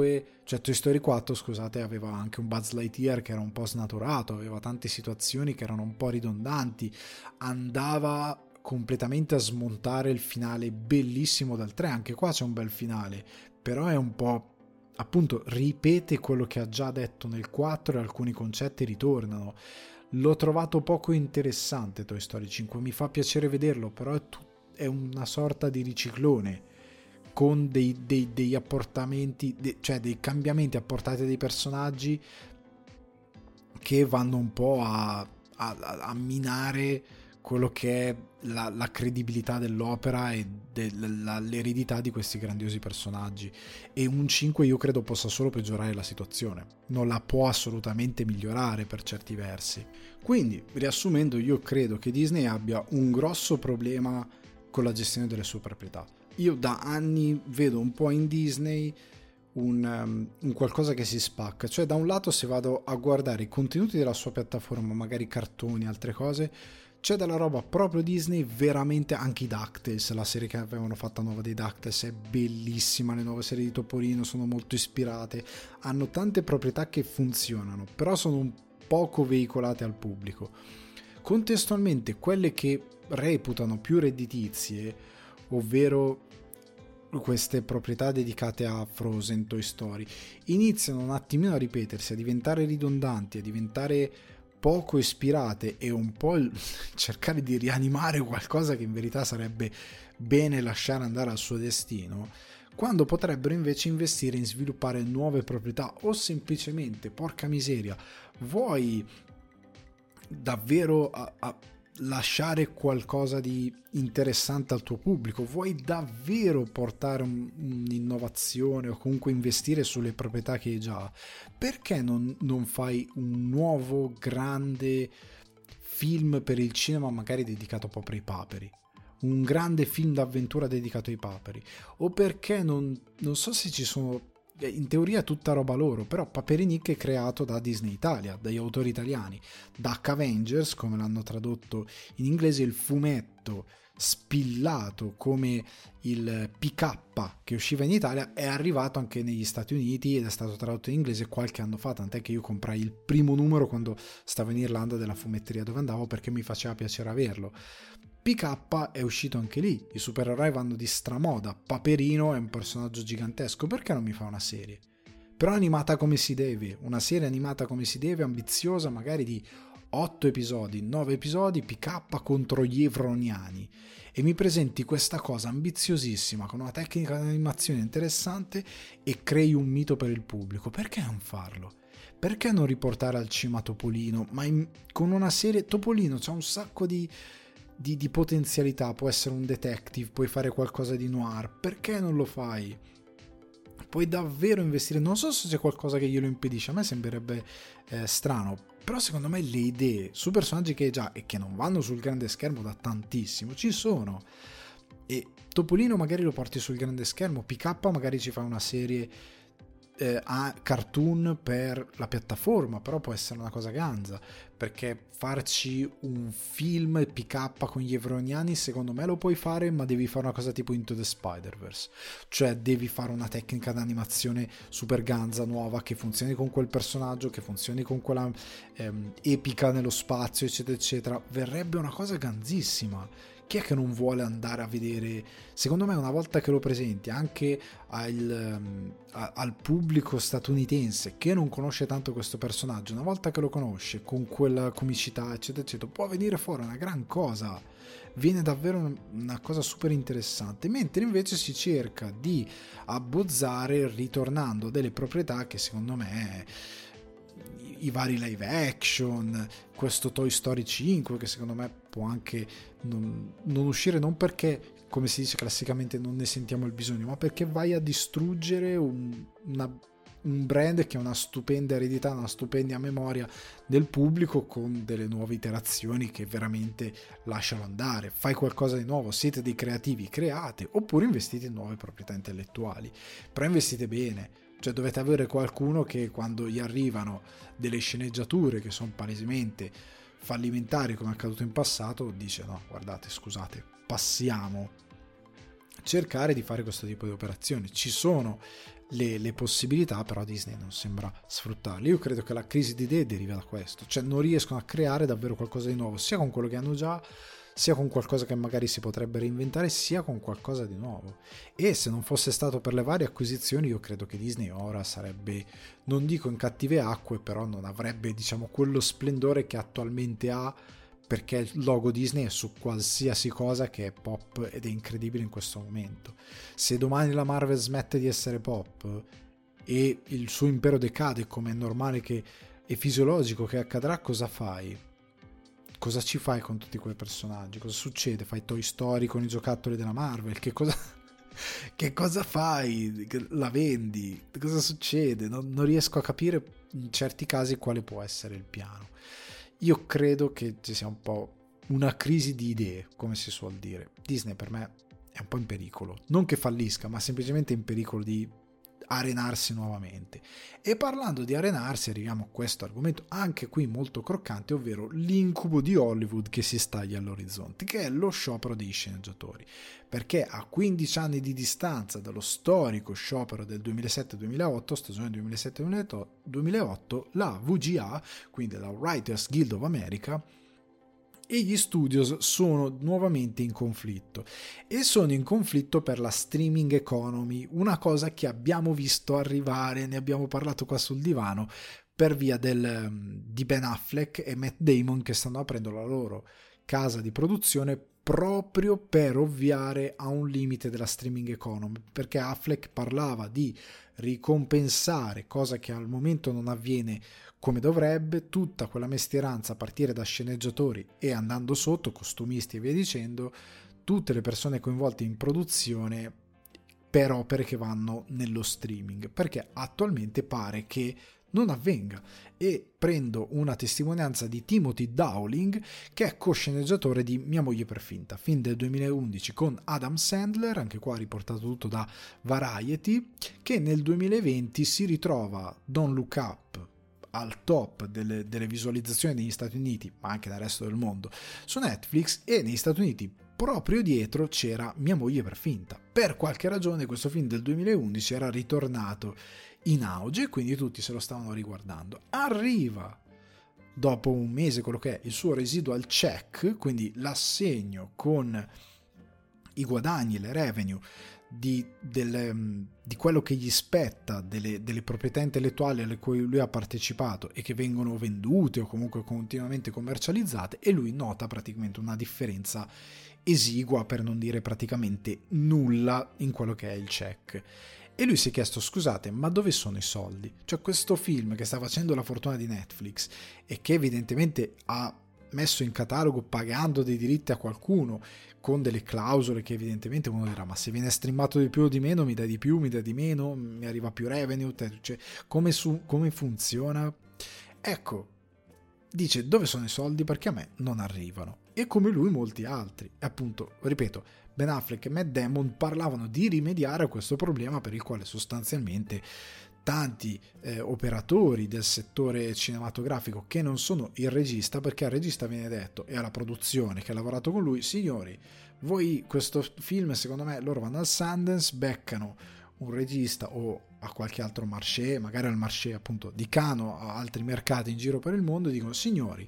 4, scusate, aveva anche un Buzz Lightyear che era un po' snaturato, aveva tante situazioni che erano un po' ridondanti, andava completamente a smontare il finale bellissimo dal 3, anche qua c'è un bel finale, però è un po', appunto, ripete quello che ha già detto nel 4 e alcuni concetti ritornano. L'ho trovato poco interessante Toy Story 5, mi fa piacere vederlo, però è una sorta di riciclone con degli apportamenti, cioè dei cambiamenti apportati dai personaggi che vanno un po' a minare quello che è la credibilità dell'opera e l'eredità di questi grandiosi personaggi. E un 5 io credo possa solo peggiorare la situazione, non la può assolutamente migliorare per certi versi. Quindi, riassumendo, io credo che Disney abbia un grosso problema con la gestione delle sue proprietà. Io da anni vedo un po' in Disney un qualcosa che si spacca, cioè da un lato se vado a guardare i contenuti della sua piattaforma, magari cartoni, altre cose, c'è della roba proprio Disney, veramente. Anche i DuckTales, la serie che avevano fatto nuova dei DuckTales è bellissima, le nuove serie di Topolino sono molto ispirate, hanno tante proprietà che funzionano, però sono un poco veicolate al pubblico. Contestualmente quelle che reputano più redditizie, ovvero queste proprietà dedicate a Frozen, Toy Story, iniziano un attimino a ripetersi, a diventare ridondanti, a diventare poco ispirate e un po' cercare di rianimare qualcosa che in verità sarebbe bene lasciare andare al suo destino, quando potrebbero invece investire in sviluppare nuove proprietà, o semplicemente, porca miseria, vuoi davvero a lasciare qualcosa di interessante al tuo pubblico, vuoi davvero portare un'innovazione o comunque investire sulle proprietà che hai già, perché non fai un nuovo grande film per il cinema, magari dedicato proprio ai paperi, un grande film d'avventura dedicato ai paperi? O perché non so se ci sono, in teoria tutta roba loro, però Paperinik è creato da Disney Italia, dagli autori italiani. Duck Avengers, come l'hanno tradotto in inglese, il fumetto spillato come il PK che usciva in Italia, è arrivato anche negli Stati Uniti ed è stato tradotto in inglese qualche anno fa, tant'è che io comprai il primo numero quando stavo in Irlanda della fumetteria dove andavo, perché mi faceva piacere averlo. PK è uscito anche lì, i supereroi vanno di stramoda, Paperino è un personaggio gigantesco, perché non mi fa una serie? Però animata come si deve, una serie animata come si deve, ambiziosa, magari di 8 episodi, 9 episodi, PK contro gli evroniani, e mi presenti questa cosa ambiziosissima, con una tecnica di animazione interessante, e crei un mito per il pubblico. Perché non farlo? Perché non riportare al cima Topolino? Ma con una serie, Topolino c'ha un sacco di potenzialità, può essere un detective, puoi fare qualcosa di noir, perché non lo fai? Puoi davvero investire, non so se c'è qualcosa che glielo impedisce, a me sembrerebbe strano, però secondo me le idee su personaggi che già e che non vanno sul grande schermo da tantissimo ci sono, e Topolino magari lo porti sul grande schermo, PK magari ci fa una serie a cartoon per la piattaforma, però può essere una cosa ganza, perché farci un film PK con gli evroniani secondo me lo puoi fare, ma devi fare una cosa tipo Into the Spider-Verse, cioè devi fare una tecnica d'animazione super ganza nuova che funzioni con quel personaggio, che funzioni con quella epica nello spazio, eccetera eccetera. Verrebbe una cosa ganzissima. Chi è che non vuole andare a vedere? Secondo me una volta che lo presenti anche al pubblico statunitense che non conosce tanto questo personaggio, una volta che lo conosce con quella comicità eccetera eccetera, può venire fuori una gran cosa, viene davvero una cosa super interessante, mentre invece si cerca di abbozzare ritornando a delle proprietà che secondo me, i vari live action, questo Toy Story 5 che secondo me può anche non uscire, non perché, come si dice classicamente, non ne sentiamo il bisogno, ma perché vai a distruggere un brand che ha una stupenda eredità, una stupenda memoria del pubblico, con delle nuove iterazioni che veramente lasciano andare. Fai qualcosa di nuovo, siete dei creativi, create, oppure investite in nuove proprietà intellettuali, però investite bene. Cioè dovete avere qualcuno che quando gli arrivano delle sceneggiature che sono palesemente fallimentari come è accaduto in passato, dice no, guardate, scusate, passiamo. Cercare di fare questo tipo di operazioni. Ci sono le possibilità, però Disney non sembra sfruttarle. Io credo che la crisi di idee deriva da questo, cioè non riescono a creare davvero qualcosa di nuovo, sia con quello che hanno già, sia con qualcosa che magari si potrebbe reinventare, sia con qualcosa di nuovo. E se non fosse stato per le varie acquisizioni, io credo che Disney ora sarebbe, non dico in cattive acque, però non avrebbe, diciamo, quello splendore che attualmente ha, perché il logo Disney è su qualsiasi cosa che è pop ed è incredibile in questo momento. Se domani la Marvel smette di essere pop e il suo impero decade, come è normale che è fisiologico che accadrà, cosa fai? Cosa ci fai con tutti quei personaggi? Cosa succede? Fai Toy Story con i giocattoli della Marvel? Che cosa fai? La vendi? Cosa succede? Non riesco a capire in certi casi quale può essere il piano. Io credo che ci sia un po' una crisi di idee, come si suol dire. Disney per me è un po' in pericolo. Non che fallisca, ma semplicemente in pericolo di arenarsi nuovamente. E parlando di arenarsi, arriviamo a questo argomento anche qui molto croccante, ovvero l'incubo di Hollywood che si staglia all'orizzonte, che è lo sciopero dei sceneggiatori, perché a 15 anni di distanza dallo storico sciopero del 2007-2008, stagione 2007-2008, la VGA, quindi la Writers Guild of America, e gli studios sono nuovamente in conflitto, e sono in conflitto per la streaming economy, una cosa che abbiamo visto arrivare, ne abbiamo parlato qua sul divano, per via di Ben Affleck e Matt Damon che stanno aprendo la loro casa di produzione proprio per ovviare a un limite della streaming economy, perché Affleck parlava di ricompensare, cosa che al momento non avviene come dovrebbe, tutta quella mestieranza a partire da sceneggiatori e andando sotto, costumisti e via dicendo, tutte le persone coinvolte in produzione per opere che vanno nello streaming, perché attualmente pare che non avvenga. E prendo una testimonianza di Timothy Dowling, che è co-sceneggiatore di Mia moglie per finta, film del 2011 con Adam Sandler, anche qua riportato tutto da Variety, che nel 2020 si ritrova Don't Look Up al top delle visualizzazioni negli Stati Uniti, ma anche nel resto del mondo, su Netflix, e negli Stati Uniti proprio dietro c'era Mia moglie per finta. Per qualche ragione questo film del 2011 era ritornato in auge, quindi tutti se lo stavano riguardando. Arriva dopo un mese quello che è il suo residual check, quindi l'assegno con i guadagni, le revenue di quello che gli spetta, delle proprietà intellettuali alle cui lui ha partecipato e che vengono vendute o comunque continuamente commercializzate, e lui nota praticamente una differenza esigua, per non dire praticamente nulla, in quello che è il check. E lui si è chiesto: scusate, ma dove sono i soldi? Cioè, questo film che sta facendo la fortuna di Netflix e che evidentemente ha messo in catalogo pagando dei diritti a qualcuno, con delle clausole che evidentemente uno dirà: ma se viene streamato di più o di meno, mi dai di più, mi dai di meno, mi arriva più revenue, cioè, come funziona? Ecco, dice: dove sono i soldi? Perché a me non arrivano. E come lui molti altri. E appunto, ripeto, Ben Affleck e Matt Damon parlavano di rimediare a questo problema, per il quale sostanzialmente tanti operatori del settore cinematografico che non sono il regista, perché al regista viene detto, e alla produzione che ha lavorato con lui: signori, voi questo film, secondo me, loro vanno al Sundance, beccano un regista o a qualche altro marché, magari al marché appunto di Cannes o a altri mercati in giro per il mondo, e dicono: signori,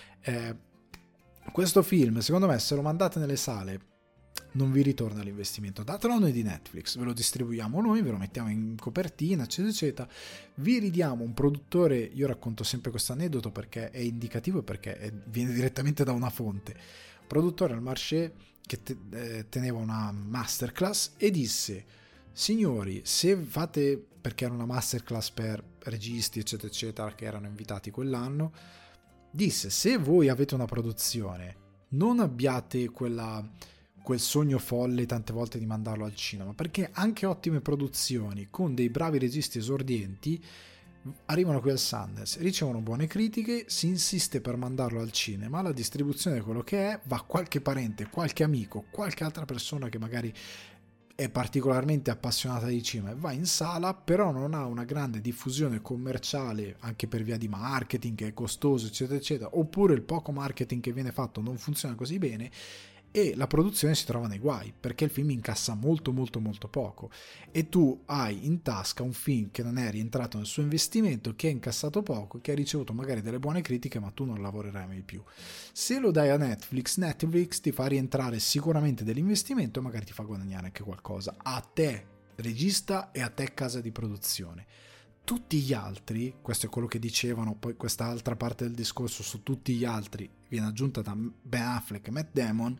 questo film, secondo me, se lo mandate nelle sale non vi ritorna l'investimento, datelo a noi di Netflix, ve lo distribuiamo noi, ve lo mettiamo in copertina, eccetera eccetera, vi ridiamo un produttore. Io racconto sempre questo aneddoto perché è indicativo e perché viene direttamente da una fonte. Produttore al marché che teneva una masterclass e disse: signori, se fate, perché era una masterclass per registi eccetera eccetera che erano invitati quell'anno, disse: se voi avete una produzione, non abbiate quel sogno folle tante volte di mandarlo al cinema, perché anche ottime produzioni con dei bravi registi esordienti arrivano qui al Sundance, ricevono buone critiche, si insiste per mandarlo al cinema, la distribuzione è quello che è, va qualche parente, qualche amico, qualche altra persona che magari è particolarmente appassionata di cinema e va in sala, però non ha una grande diffusione commerciale anche per via di marketing che è costoso eccetera eccetera, oppure il poco marketing che viene fatto non funziona così bene e la produzione si trova nei guai perché il film incassa molto molto molto poco, e tu hai in tasca un film che non è rientrato nel suo investimento, che ha incassato poco, che ha ricevuto magari delle buone critiche, ma tu non lavorerai mai più. Se lo dai a Netflix ti fa rientrare sicuramente dell'investimento e magari ti fa guadagnare anche qualcosa a te regista e a te casa di produzione. Tutti gli altri, questo è quello che dicevano, poi questa altra parte del discorso su tutti gli altri viene aggiunta da Ben Affleck e Matt Damon,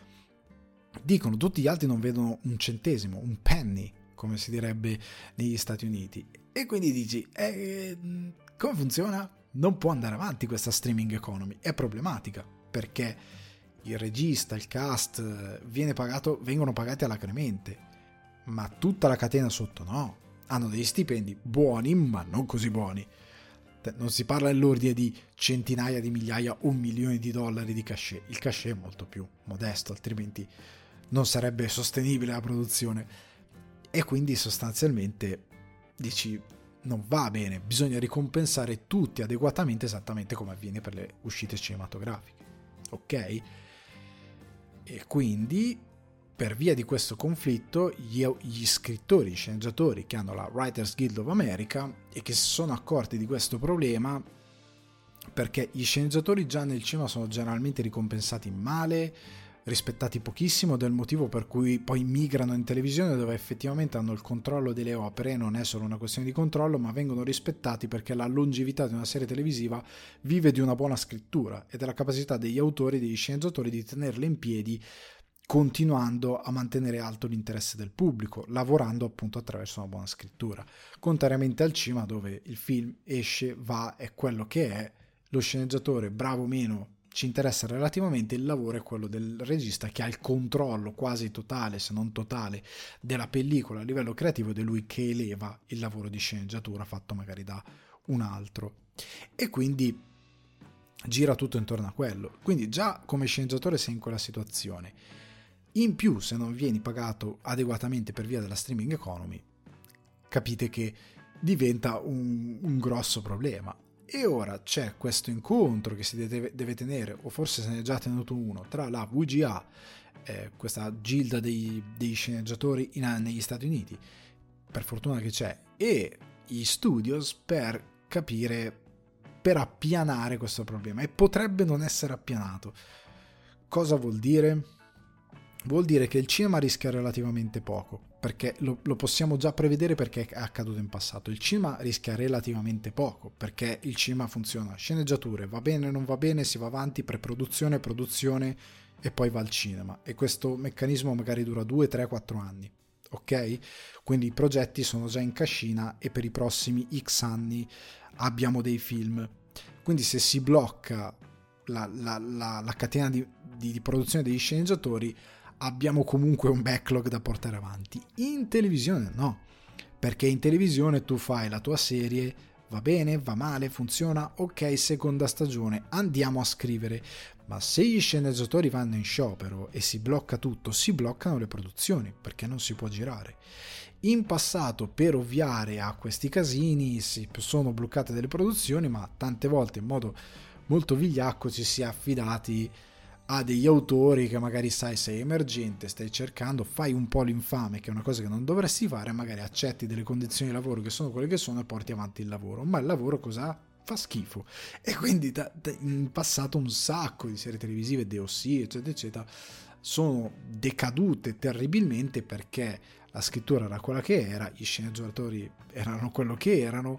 dicono tutti gli altri non vedono un centesimo, un penny, come si direbbe negli Stati Uniti, e quindi dici come funziona? Non può andare avanti questa streaming economy, è problematica perché il regista, il cast vengono pagati alacremente, ma tutta la catena sotto no, hanno degli stipendi buoni ma non così buoni. Non si parla nell'ordine di centinaia di migliaia o milioni di dollari di cachet, il cachet è molto più modesto, altrimenti non sarebbe sostenibile la produzione, e quindi sostanzialmente dici non va bene, bisogna ricompensare tutti adeguatamente, esattamente come avviene per le uscite cinematografiche, ok? E quindi per via di questo conflitto gli scrittori, gli sceneggiatori che hanno la Writers Guild of America e che si sono accorti di questo problema, perché gli sceneggiatori già nel cinema sono generalmente ricompensati male, rispettati pochissimo, del motivo per cui poi migrano in televisione dove effettivamente hanno il controllo delle opere, non è solo una questione di controllo, ma vengono rispettati perché la longevità di una serie televisiva vive di una buona scrittura e della capacità degli autori, degli sceneggiatori di tenerle in piedi, continuando a mantenere alto l'interesse del pubblico, lavorando appunto attraverso una buona scrittura, contrariamente al cinema dove il film esce, va, è quello che è, lo sceneggiatore bravo o meno ci interessa relativamente, il lavoro è quello del regista che ha il controllo quasi totale, se non totale, della pellicola a livello creativo, ed è lui che eleva il lavoro di sceneggiatura fatto magari da un altro, e quindi gira tutto intorno a quello. Quindi già come sceneggiatore sei in quella situazione, in più se non vieni pagato adeguatamente per via della streaming economy, capite che diventa un grosso problema. E ora c'è questo incontro che si deve tenere, o forse se ne è già tenuto uno, tra la WGA, questa gilda degli sceneggiatori negli Stati Uniti, per fortuna che c'è, e gli studios, per capire, per appianare questo problema. E potrebbe non essere appianato. Cosa vuol dire? Vuol dire che il cinema rischia relativamente poco, perché lo possiamo già prevedere perché è accaduto in passato. Il cinema rischia relativamente poco perché il cinema funziona sceneggiature, va bene, non va bene, si va avanti, preproduzione, produzione e poi va al cinema, e questo meccanismo magari dura 2, 3, 4 anni, ok? Quindi i progetti sono già in cascina e per i prossimi X anni abbiamo dei film. Quindi se si blocca la catena di produzione degli sceneggiatori, abbiamo comunque un backlog da portare avanti. In televisione no, perché in televisione tu fai la tua serie, va bene, va male, funziona, ok, seconda stagione, andiamo a scrivere. Ma se gli sceneggiatori vanno in sciopero e si blocca tutto, si bloccano le produzioni perché non si può girare. In passato, per ovviare a questi casini, si sono bloccate delle produzioni, ma tante volte in modo molto vigliacco ci si è affidati a degli autori che magari sai sei emergente, stai cercando, fai un po' l'infame, che è una cosa che non dovresti fare, magari accetti delle condizioni di lavoro che sono quelle che sono e porti avanti il lavoro, ma il lavoro cosa fa schifo. E quindi in passato un sacco di serie televisive, DOC eccetera eccetera, sono decadute terribilmente perché la scrittura era quella che era, gli sceneggiatori erano quello che erano,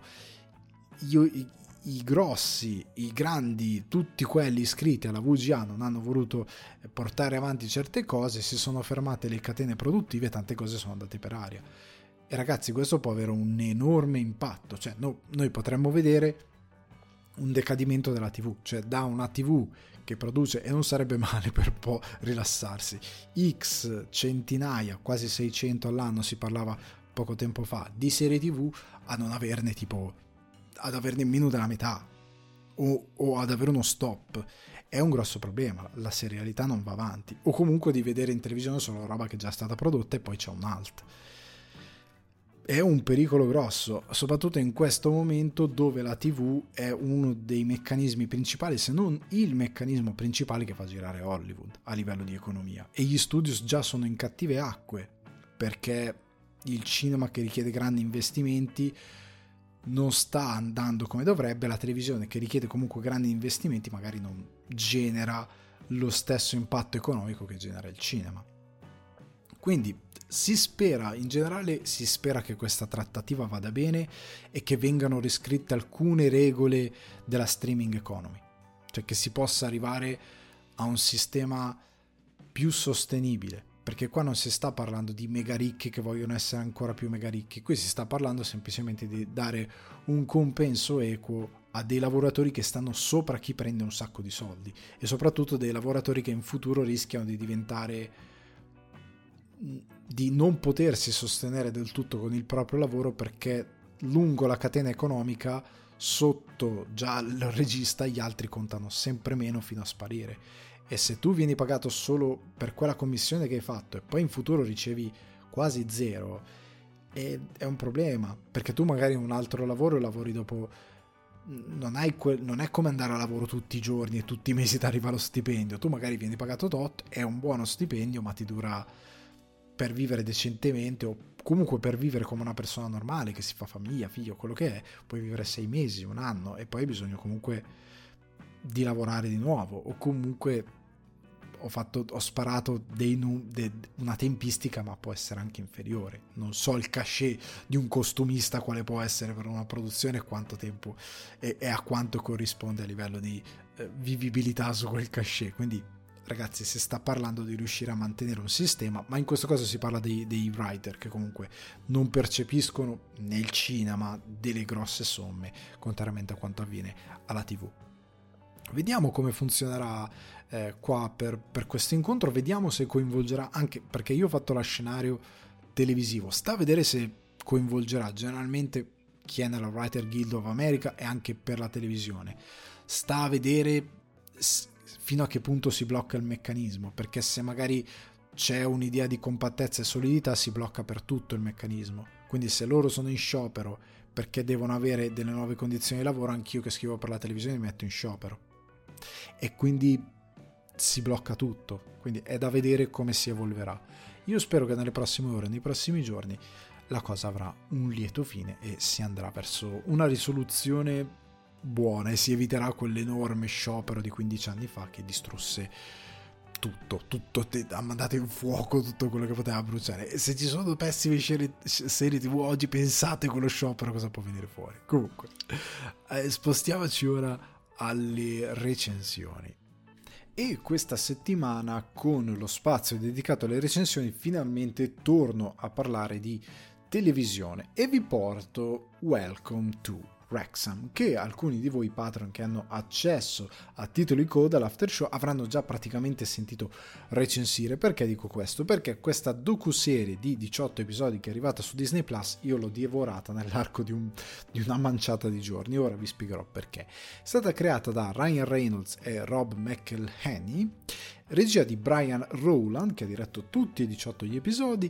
i grossi, i grandi, tutti quelli iscritti alla VGA non hanno voluto portare avanti certe cose, si sono fermate le catene produttive e tante cose sono andate per aria. E ragazzi, questo può avere un enorme impatto, cioè noi potremmo vedere un decadimento della TV, cioè da una TV che produce, e non sarebbe male per un po' rilassarsi, X centinaia, quasi 600 all'anno, si parlava poco tempo fa, di serie TV, a non averne tipo, ad averne meno della metà o ad avere uno stop. È un grosso problema, la serialità non va avanti, o comunque di vedere in televisione solo roba che è già stata prodotta e poi c'è un alt. È un pericolo grosso, soprattutto in questo momento dove la TV è uno dei meccanismi principali, se non il meccanismo principale che fa girare Hollywood a livello di economia, e gli studios già sono in cattive acque perché il cinema che richiede grandi investimenti non sta andando come dovrebbe, la televisione che richiede comunque grandi investimenti magari non genera lo stesso impatto economico che genera il cinema. Quindi si spera, in generale si spera che questa trattativa vada bene e che vengano riscritte alcune regole della streaming economy, cioè che si possa arrivare a un sistema più sostenibile, perché qua non si sta parlando di mega ricchi che vogliono essere ancora più mega ricchi, qui si sta parlando semplicemente di dare un compenso equo a dei lavoratori che stanno sopra chi prende un sacco di soldi, e soprattutto dei lavoratori che in futuro rischiano di diventare, di non potersi sostenere del tutto con il proprio lavoro, perché lungo la catena economica sotto già il regista gli altri contano sempre meno fino a sparire, e se tu vieni pagato solo per quella commissione che hai fatto e poi in futuro ricevi quasi zero, è un problema, perché tu magari un altro lavoro lavori dopo, non è come andare a lavoro tutti i giorni e tutti i mesi ti arriva lo stipendio, tu magari vieni pagato tot, è un buono stipendio ma ti dura per vivere decentemente, o comunque per vivere come una persona normale che si fa famiglia, figlio, quello che è, puoi vivere 6 mesi, un anno, e poi hai bisogno comunque di lavorare di nuovo, o comunque ho sparato una tempistica, ma può essere anche inferiore, non so il cachet di un costumista quale può essere per una produzione, quanto tempo e a quanto corrisponde a livello di vivibilità su quel cachet. Quindi ragazzi, si sta parlando di riuscire a mantenere un sistema, ma in questo caso si parla dei writer che comunque non percepiscono nel cinema delle grosse somme, contrariamente a quanto avviene alla TV. Vediamo come funzionerà qua per questo incontro, vediamo se coinvolgerà, anche perché io ho fatto lo scenario televisivo, sta a vedere se coinvolgerà generalmente chi è nella Writer Guild of America e anche per la televisione, sta a vedere fino a che punto si blocca il meccanismo, perché se magari c'è un'idea di compattezza e solidità si blocca per tutto il meccanismo, quindi se loro sono in sciopero perché devono avere delle nuove condizioni di lavoro, anch'io che scrivo per la televisione mi metto in sciopero, e quindi si blocca tutto, quindi è da vedere come si evolverà. Io spero che nelle prossime ore, nei prossimi giorni, la cosa avrà un lieto fine e si andrà verso una risoluzione buona e si eviterà quell'enorme sciopero di 15 anni fa che distrusse tutto, ha mandato in fuoco tutto quello che poteva bruciare. E se ci sono pessime serie TV oggi, pensate quello sciopero cosa può venire fuori. Comunque spostiamoci ora alle recensioni, e questa settimana, con lo spazio dedicato alle recensioni, finalmente torno a parlare di televisione e vi porto Welcome to Wrexham, che alcuni di voi Patreon che hanno accesso a titoli coda all'after show avranno già praticamente sentito recensire. Perché dico questo? Perché questa docuserie di 18 episodi che è arrivata su Disney Plus io l'ho divorata nell'arco di una manciata di giorni, ora vi spiegherò perché. È stata creata da Ryan Reynolds e Rob McElhenney, regia di Brian Rowland che ha diretto tutti e 18 gli episodi,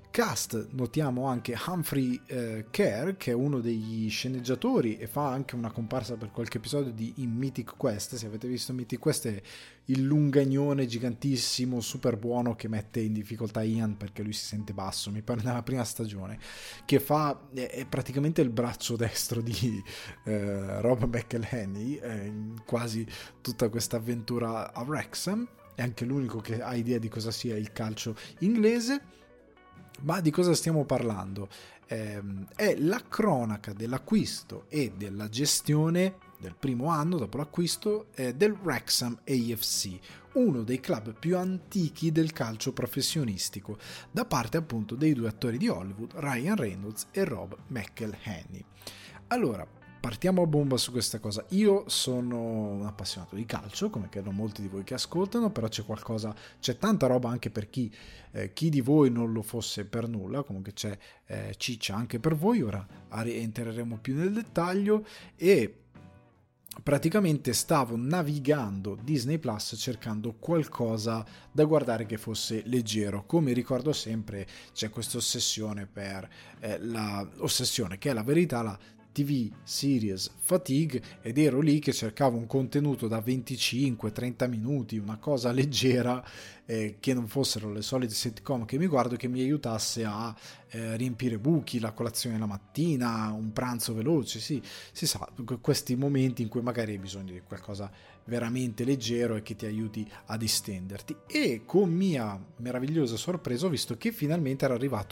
Cast notiamo anche Humphrey Kerr, che è uno degli sceneggiatori e fa anche una comparsa per qualche episodio in Mythic Quest. Se avete visto Mythic Quest, è il lungagnone gigantissimo super buono che mette in difficoltà Ian perché lui si sente basso, mi pare nella prima stagione, che è praticamente il braccio destro di Rob McElhenney in quasi tutta questa avventura a Wrexham. È anche l'unico che ha idea di cosa sia il calcio inglese. Ma di cosa stiamo parlando? È la cronaca dell'acquisto e della gestione del primo anno dopo l'acquisto del Wrexham AFC, uno dei club più antichi del calcio professionistico, da parte appunto dei due attori di Hollywood, Ryan Reynolds e Rob McElhenney. Allora, partiamo a bomba su questa cosa. Io sono un appassionato di calcio, come credo molti di voi che ascoltano, però c'è tanta roba anche per chi di voi non lo fosse per nulla, comunque c'è ciccia anche per voi. Ora entreremo più nel dettaglio e praticamente stavo navigando Disney Plus cercando qualcosa da guardare che fosse leggero. Come ricordo sempre, c'è questa ossessione per l'ossessione che è la verità, la TV series fatigue, ed ero lì che cercavo un contenuto da 25-30 minuti, una cosa leggera che non fossero le solite sitcom che mi guardo, che mi aiutasse a riempire buchi, la colazione la mattina, un pranzo veloce. Sì, si sa, questi momenti in cui magari hai bisogno di qualcosa veramente leggero e che ti aiuti a distenderti. E con mia meravigliosa sorpresa ho visto che finalmente era arrivata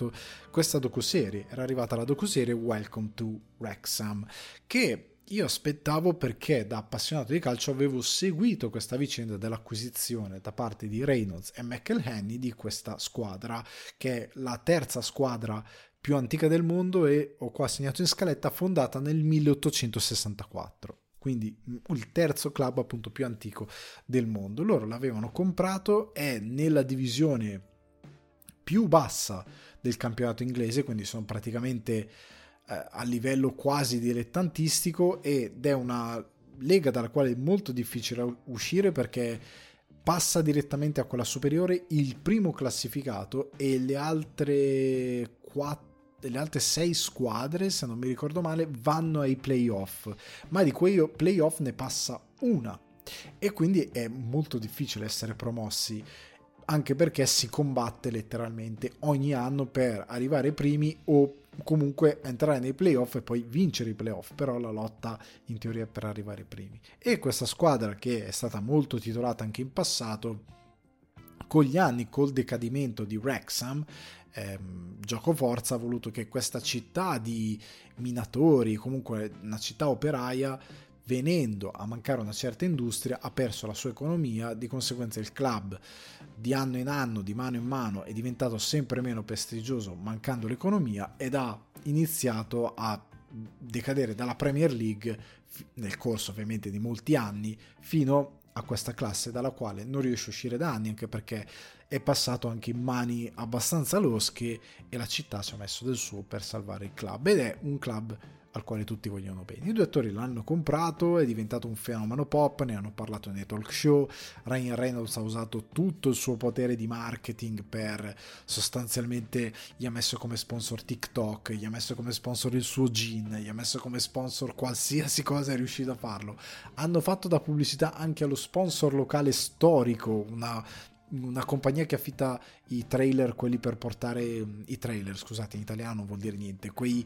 la docuserie Welcome to Wrexham, che io aspettavo perché da appassionato di calcio avevo seguito questa vicenda dell'acquisizione da parte di Reynolds e McElhenney di questa squadra, che è la terza squadra più antica del mondo e, ho qua segnato in scaletta, fondata nel 1864. Quindi il terzo club appunto più antico del mondo. Loro l'avevano comprato, è nella divisione più bassa del campionato inglese, quindi sono praticamente a livello quasi dilettantistico, ed è una lega dalla quale è molto difficile uscire perché passa direttamente a quella superiore il primo classificato e le altre 6 squadre, se non mi ricordo male, vanno ai playoff, ma di quei playoff ne passa una e quindi è molto difficile essere promossi, anche perché si combatte letteralmente ogni anno per arrivare primi o comunque entrare nei playoff e poi vincere i playoff, però la lotta in teoria è per arrivare primi. E questa squadra, che è stata molto titolata anche in passato, con gli anni, col decadimento di Wrexham, gioco forza ha voluto che questa città di minatori, comunque una città operaia, venendo a mancare una certa industria, ha perso la sua economia. Di conseguenza il club di anno in anno, di mano in mano, è diventato sempre meno prestigioso, mancando l'economia, ed ha iniziato a decadere dalla Premier League nel corso ovviamente di molti anni, fino a questa classe dalla quale non riesce a uscire da anni, anche perché è passato anche in mani abbastanza losche e la città ci ha messo del suo per salvare il club, ed è un club al quale tutti vogliono bene. I due attori l'hanno comprato, è diventato un fenomeno pop, ne hanno parlato nei talk show. Ryan Reynolds ha usato tutto il suo potere di marketing per, sostanzialmente, gli ha messo come sponsor TikTok, gli ha messo come sponsor il suo gin, gli ha messo come sponsor qualsiasi cosa, è riuscito a farlo. Hanno fatto da pubblicità anche allo sponsor locale storico, una compagnia che affitta i trailer, quelli per portare i trailer, scusate, in italiano non vuol dire niente, quei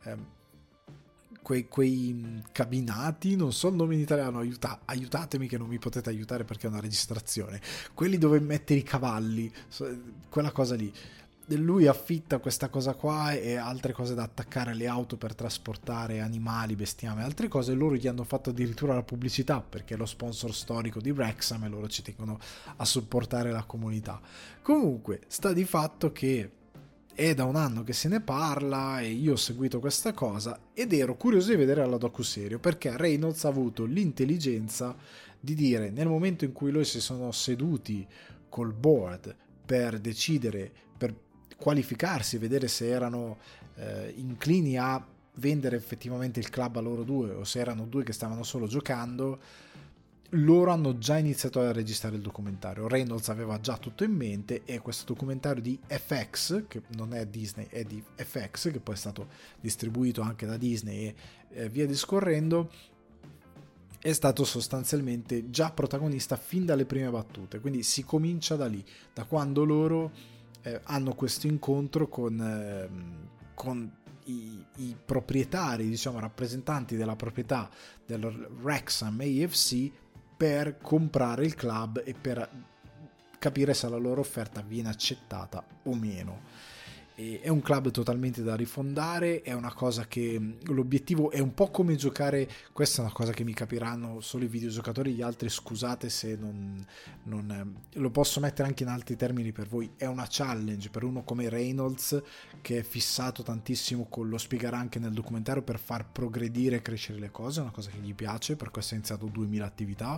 cabinati, non so il nome in italiano, aiutatemi che non mi potete aiutare perché è una registrazione, quelli dove mettere i cavalli, quella cosa lì. Lui affitta questa cosa qua e altre cose da attaccare alle auto per trasportare animali, bestiame, altre cose. Loro gli hanno fatto addirittura la pubblicità perché è lo sponsor storico di Wrexham e loro ci tengono a supportare la comunità. Comunque sta di fatto che è da un anno che se ne parla e io ho seguito questa cosa ed ero curioso di vedere la docuserie, perché Reynolds ha avuto l'intelligenza di dire, nel momento in cui loro si sono seduti col board per decidere, per qualificarsi, vedere se erano inclini a vendere effettivamente il club a loro due o se erano due che stavano solo giocando, loro hanno già iniziato a registrare il documentario. Reynolds aveva già tutto in mente, e questo documentario di FX, che non è Disney, è di FX, che poi è stato distribuito anche da Disney e via discorrendo, è stato sostanzialmente già protagonista fin dalle prime battute. Quindi si comincia da lì, da quando loro hanno questo incontro con i proprietari, diciamo rappresentanti della proprietà del Wrexham AFC, per comprare il club e per capire se la loro offerta viene accettata o meno. E è un club totalmente da rifondare, è una cosa che l'obiettivo è un po' come giocare, questa è una cosa che mi capiranno solo i videogiocatori, gli altri scusate se non lo posso mettere anche in altri termini per voi, è una challenge per uno come Reynolds, che è fissato tantissimo, con lo spiegherà anche nel documentario, per far progredire e crescere le cose, è una cosa che gli piace, per questo ha iniziato 2000 attività,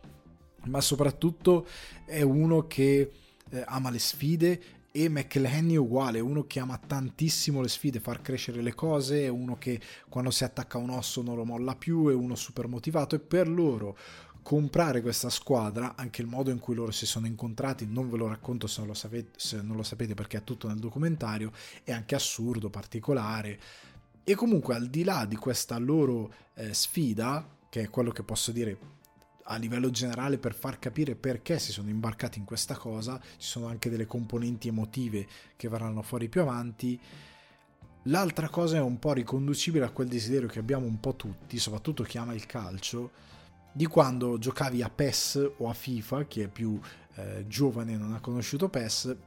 ma soprattutto è uno che ama le sfide. E McElhenney è uguale, uno che ama tantissimo le sfide, far crescere le cose, è uno che quando si attacca a un osso non lo molla più, è uno super motivato, e per loro comprare questa squadra, anche il modo in cui loro si sono incontrati, non ve lo racconto se non lo sapete perché è tutto nel documentario, è anche assurdo, particolare, e comunque al di là di questa loro sfida, che è quello che posso dire a livello generale per far capire perché si sono imbarcati in questa cosa, ci sono anche delle componenti emotive che verranno fuori più avanti. L'altra cosa è un po' riconducibile a quel desiderio che abbiamo un po' tutti, soprattutto chi ama il calcio, di quando giocavi a PES o a FIFA, chi è più giovane e non ha conosciuto PES,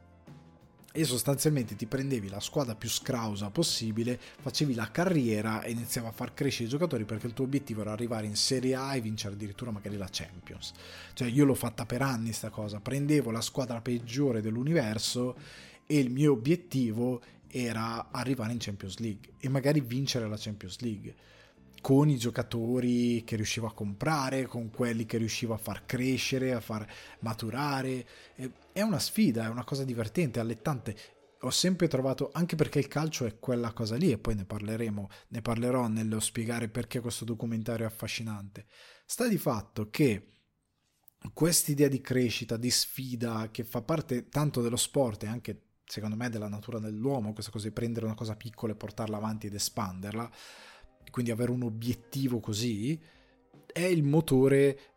e sostanzialmente ti prendevi la squadra più scrausa possibile, facevi la carriera e iniziavi a far crescere i giocatori, perché il tuo obiettivo era arrivare in Serie A e vincere addirittura magari la Champions. Cioè io l'ho fatta per anni sta cosa, prendevo la squadra peggiore dell'universo e il mio obiettivo era arrivare in Champions League e magari vincere la Champions League, con i giocatori che riuscivo a comprare, con quelli che riuscivo a far crescere, a far maturare. È una sfida, è una cosa divertente, allettante. Ho sempre trovato, anche perché il calcio è quella cosa lì, e poi ne parlerò nello spiegare perché questo documentario è affascinante. Sta di fatto che quest'idea di crescita, di sfida, che fa parte tanto dello sport e anche secondo me della natura dell'uomo, questa cosa di prendere una cosa piccola e portarla avanti ed espanderla, quindi avere un obiettivo così, è il motore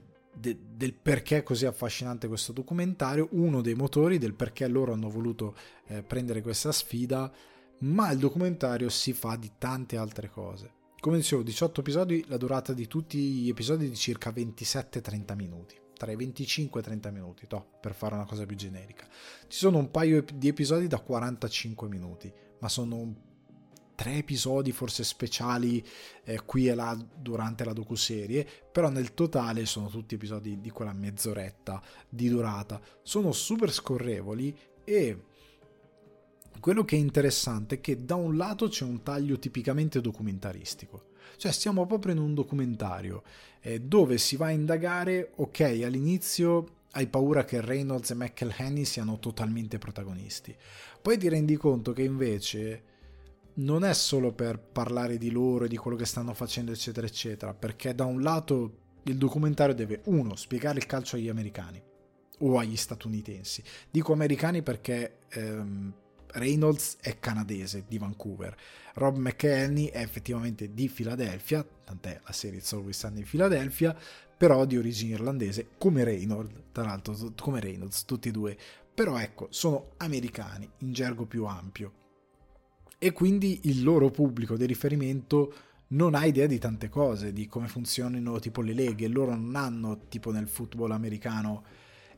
del perché è così affascinante questo documentario, uno dei motori del perché loro hanno voluto prendere questa sfida. Ma il documentario si fa di tante altre cose. Come dicevo, 18 episodi, la durata di tutti gli episodi è di circa 27-30 minuti, tra i 25 e 30 minuti, per fare una cosa più generica. Ci sono un paio di episodi da 45 minuti, ma sono 3 episodi forse speciali qui e là durante la docuserie, però nel totale sono tutti episodi di quella mezz'oretta di durata, sono super scorrevoli. E quello che è interessante è che da un lato c'è un taglio tipicamente documentaristico, cioè stiamo proprio in un documentario dove si va a indagare, ok, all'inizio hai paura che Reynolds e McElhenney siano totalmente protagonisti, poi ti rendi conto che invece non è solo per parlare di loro e di quello che stanno facendo eccetera eccetera, perché da un lato il documentario deve, uno, spiegare il calcio agli americani o agli statunitensi. Dico americani perché Reynolds è canadese, di Vancouver, Rob McElhenney è effettivamente di Philadelphia, tant'è la serie It's Always Sunny in Philadelphia, però di origine irlandese, come Reynolds, tra l'altro, come Reynolds, tutti e due, però ecco, sono americani in gergo più ampio. E quindi il loro pubblico di riferimento non ha idea di tante cose, di come funzionino tipo le leghe. Loro non hanno, tipo nel football americano,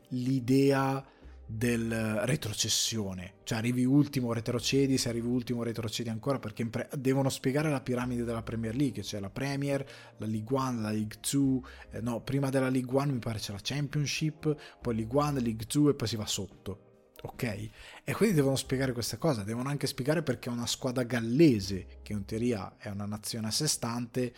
l'idea del retrocessione, cioè arrivi ultimo retrocedi, se arrivi ultimo retrocedi ancora, perché devono spiegare la piramide della Premier League, c'è la Premier, la League One, la League 2, prima della League One mi pare c'è la Championship, poi League One, League 2 e poi si va sotto. Ok? E quindi devono spiegare questa cosa, devono anche spiegare perché una squadra gallese, che in teoria è una nazione a sé stante,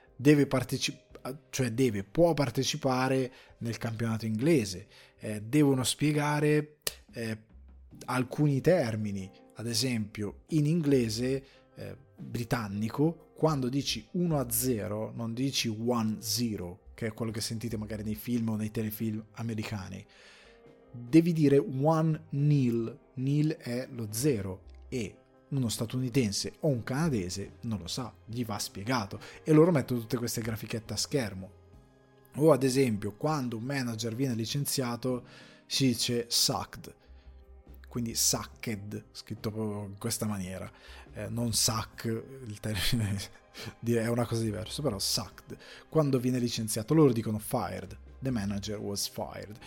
può partecipare nel campionato inglese. Devono spiegare alcuni termini, ad esempio in inglese britannico, quando dici 1-0 non dici 1-0, che è quello che sentite magari nei film o nei telefilm americani, devi dire 1-0, nil è lo 0, e uno statunitense o un canadese non lo sa, gli va spiegato, e loro mettono tutte queste grafichette a schermo. O ad esempio, quando un manager viene licenziato si dice sacked, quindi sacked, scritto proprio in questa maniera, non sack, il termine è una cosa diversa, però sacked. Quando viene licenziato loro dicono fired, the manager was fired.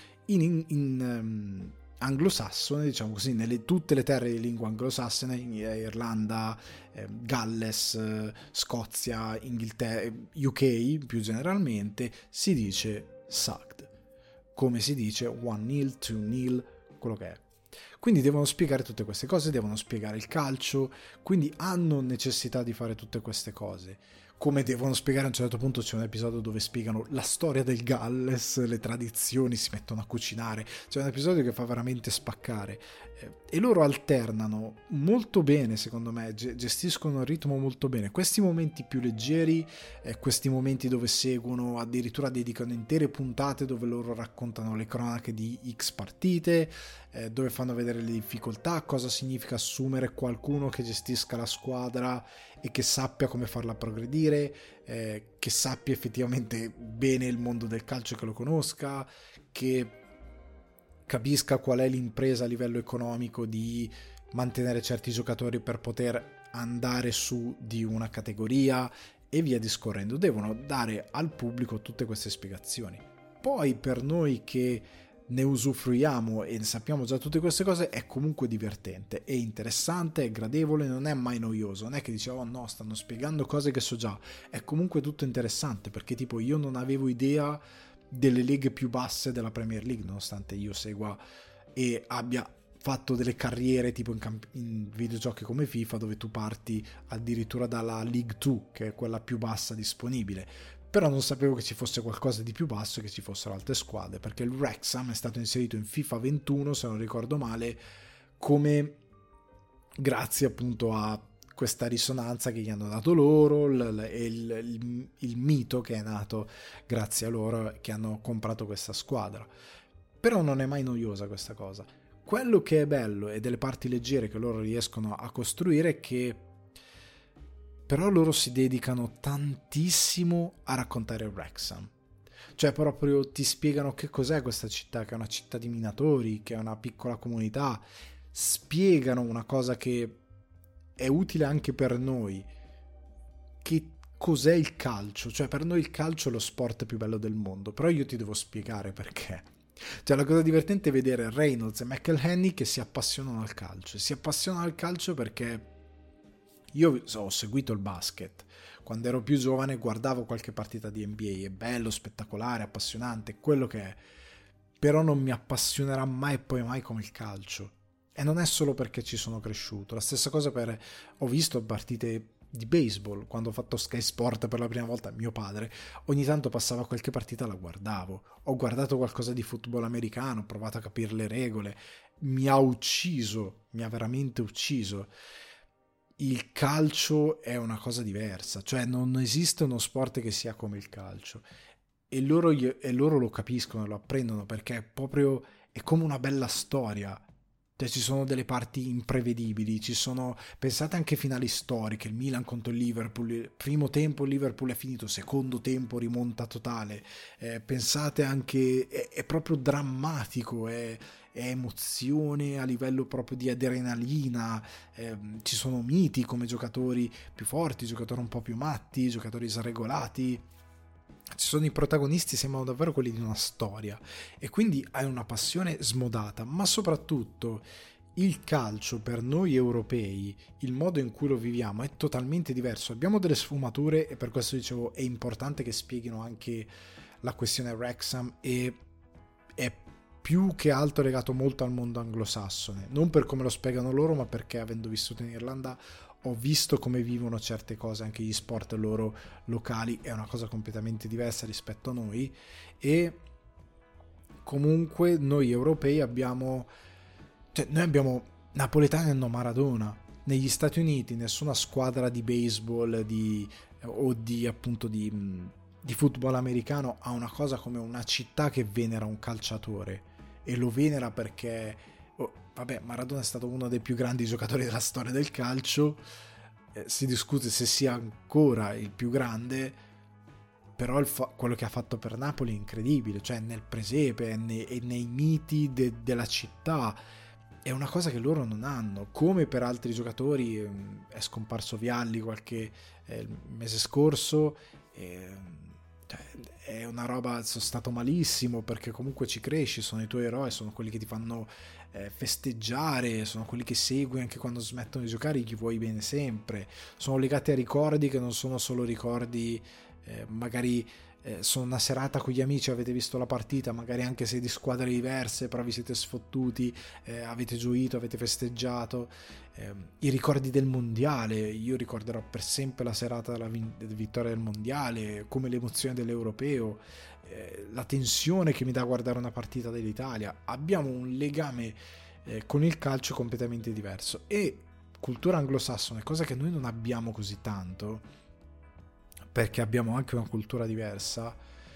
In anglosassone, diciamo così, nelle tutte le terre di lingua anglosassone, Irlanda, Galles, Scozia, Inghilterra, UK più generalmente, si dice sacked, come si dice 1-0, 2-0, quello che è. Quindi devono spiegare tutte queste cose, devono spiegare il calcio, quindi hanno necessità di fare tutte queste cose. Come devono spiegare, a un certo punto c'è un episodio dove spiegano la storia del Galles, le tradizioni, si mettono a cucinare, c'è un episodio che fa veramente spaccare, e loro alternano molto bene, secondo me, gestiscono il ritmo molto bene, questi momenti più leggeri, questi momenti dove seguono, addirittura dedicano intere puntate dove loro raccontano le cronache di X partite, dove fanno vedere le difficoltà, cosa significa assumere qualcuno che gestisca la squadra e che sappia come farla progredire, che sappia effettivamente bene il mondo del calcio, che lo conosca, che capisca qual è l'impresa a livello economico di mantenere certi giocatori per poter andare su di una categoria e via discorrendo. Devono dare al pubblico tutte queste spiegazioni. Poi per noi che ne usufruiamo e ne sappiamo già tutte queste cose, è comunque divertente, è interessante, è gradevole, non è mai noioso, non è che dicevo no, stanno spiegando cose che so già, è comunque tutto interessante, perché tipo io non avevo idea delle leghe più basse della Premier League, nonostante io segua e abbia fatto delle carriere tipo in videogiochi come FIFA, dove tu parti addirittura dalla League 2, che è quella più bassa disponibile, però non sapevo che ci fosse qualcosa di più basso e che ci fossero altre squadre, perché il Wrexham è stato inserito in FIFA 21, se non ricordo male, come grazie appunto a questa risonanza che gli hanno dato loro, il mito che è nato grazie a loro che hanno comprato questa squadra. Però non è mai noiosa questa cosa. Quello che è bello e delle parti leggere che loro riescono a costruire è che però loro si dedicano tantissimo a raccontare il Wrexham. Cioè proprio ti spiegano che cos'è questa città, che è una città di minatori, che è una piccola comunità. Spiegano una cosa che è utile anche per noi, che cos'è il calcio. Cioè per noi il calcio è lo sport più bello del mondo, però io ti devo spiegare perché. Cioè la cosa divertente è vedere Reynolds e McElhenney che si appassionano al calcio. Si appassionano al calcio perché io ho seguito il basket. Quando ero più giovane guardavo qualche partita di NBA, è bello, spettacolare, appassionante, quello che è. Però non mi appassionerà mai e poi mai come il calcio. E non è solo perché ci sono cresciuto. La stessa cosa ho visto partite di baseball. Quando ho fatto Sky Sport per la prima volta, mio padre ogni tanto passava qualche partita, la guardavo. Ho guardato qualcosa di football americano, ho provato a capire le regole. Mi ha ucciso, mi ha veramente ucciso. Il calcio è una cosa diversa, cioè non esiste uno sport che sia come il calcio, e loro lo capiscono, lo apprendono, perché è come una bella storia. Cioè ci sono delle parti imprevedibili, pensate anche finali storiche, il Milan contro il Liverpool, primo tempo il Liverpool è finito, secondo tempo rimonta totale, pensate anche, è proprio drammatico, è emozione a livello proprio di adrenalina, ci sono miti come giocatori più forti, giocatori un po' più matti, giocatori sregolati. Ci sono i protagonisti, sembrano davvero quelli di una storia, e quindi hai una passione smodata. Ma soprattutto il calcio per noi europei, il modo in cui lo viviamo è totalmente diverso. Abbiamo delle sfumature, e per questo dicevo è importante che spieghino anche la questione Wrexham, e è più che altro legato molto al mondo anglosassone, non per come lo spiegano loro, ma perché avendo vissuto in Irlanda ho visto come vivono certe cose, anche gli sport loro locali è una cosa completamente diversa rispetto a noi. E comunque noi europei abbiamo napoletani hanno Maradona. Negli Stati Uniti nessuna squadra di baseball di football americano ha una cosa come una città che venera un calciatore, e lo venera perché vabbè, Maradona è stato uno dei più grandi giocatori della storia del calcio, si discute se sia ancora il più grande, però quello che ha fatto per Napoli è incredibile, cioè nel presepe e nei miti della città. È una cosa che loro non hanno, come per altri giocatori. È scomparso Vialli qualche mese scorso, cioè, è una roba, sono stato malissimo, perché comunque ci cresci, sono i tuoi eroi, sono quelli che ti fanno festeggiare, sono quelli che segui anche quando smettono di giocare, gli vuoi bene sempre, sono legati a ricordi che non sono solo ricordi, magari sono una serata con gli amici, avete visto la partita, magari anche se di squadre diverse, però vi siete sfottuti, avete gioito, avete festeggiato, i ricordi del mondiale. Io ricorderò per sempre la serata della vittoria del mondiale, come l'emozione dell'europeo, la tensione che mi dà guardare una partita dell'Italia. Abbiamo un legame con il calcio completamente diverso, e cultura anglosassone, cosa che noi non abbiamo così tanto, perché abbiamo anche una cultura diversa.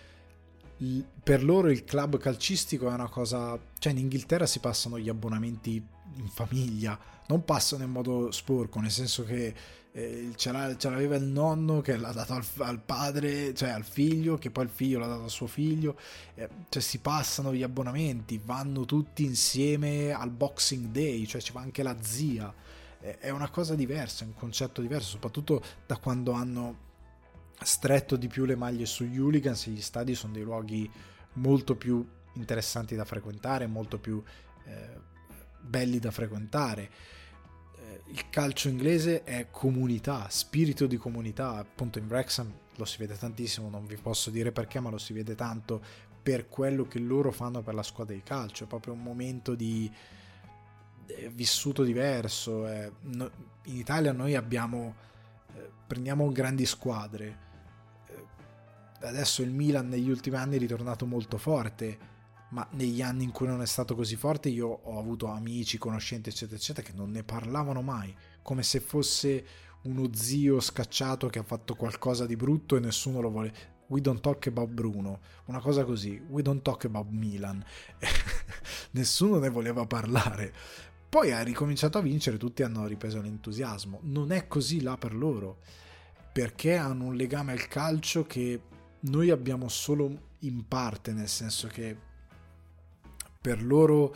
Per loro il club calcistico è una cosa, cioè in Inghilterra si passano gli abbonamenti in famiglia, non passano in modo sporco, nel senso che ce l'aveva il nonno che l'ha dato al padre, cioè al figlio, che poi il figlio l'ha dato al suo figlio, cioè si passano gli abbonamenti, vanno tutti insieme al Boxing Day, cioè ci va anche la zia. È una cosa diversa, è un concetto diverso, soprattutto da quando hanno stretto di più le maglie sugli hooligans. Gli stadi sono dei luoghi molto più interessanti da frequentare, molto più belli da frequentare. Il calcio inglese è comunità, spirito di comunità, appunto in Wrexham lo si vede tantissimo, non vi posso dire perché, ma lo si vede tanto per quello che loro fanno per la squadra di calcio. È proprio un momento di vissuto diverso. In Italia noi prendiamo grandi squadre. Adesso il Milan negli ultimi anni è ritornato molto forte, ma negli anni in cui non è stato così forte io ho avuto amici, conoscenti eccetera eccetera che non ne parlavano mai, come se fosse uno zio scacciato che ha fatto qualcosa di brutto e nessuno lo vuole. We don't talk about Bruno, una cosa così. We don't talk about Milan. Nessuno ne voleva parlare. Poi ha ricominciato a vincere, tutti hanno ripreso l'entusiasmo. Non è così là per loro, perché hanno un legame al calcio che noi abbiamo solo in parte, nel senso che per loro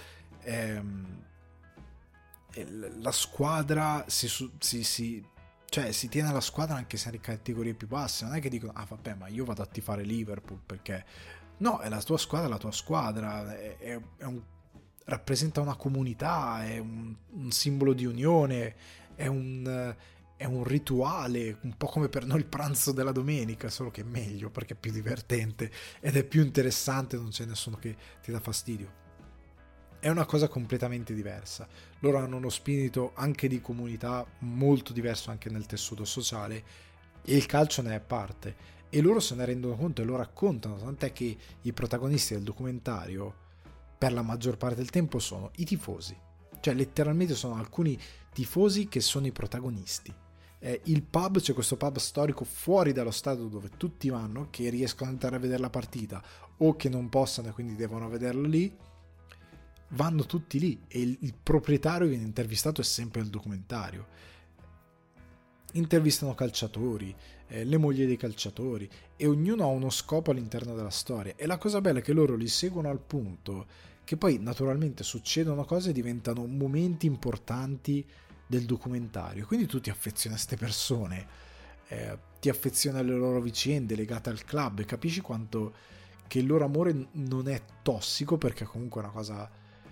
la squadra cioè si tiene alla squadra anche se è in categorie più basse. Non è che dicono vabbè, ma io vado a tifare Liverpool perché no, è la tua squadra, la tua squadra è rappresenta una comunità, è un simbolo di unione, è un rituale, un po' come per noi il pranzo della domenica, solo che è meglio perché è più divertente ed è più interessante, non c'è nessuno che ti dà fastidio. È una cosa completamente diversa. Loro hanno uno spirito anche di comunità molto diverso anche nel tessuto sociale, e il calcio ne è parte, e loro se ne rendono conto e lo raccontano, tant'è che i protagonisti del documentario per la maggior parte del tempo sono i tifosi, cioè letteralmente sono alcuni tifosi che sono i protagonisti. Il pub, c'è questo pub storico fuori dallo stadio dove tutti vanno, che riescono ad andare a vedere la partita o che non possano e quindi devono vederlo lì, vanno tutti lì, e il proprietario viene intervistato, è sempre il documentario. Intervistano calciatori, le mogli dei calciatori, e ognuno ha uno scopo all'interno della storia, e la cosa bella è che loro li seguono al punto che poi naturalmente succedono cose e diventano momenti importanti del documentario, quindi tu ti affezioni a queste persone, ti affezioni alle loro vicende legate al club, e capisci quanto che il loro amore non è tossico, perché comunque è una cosa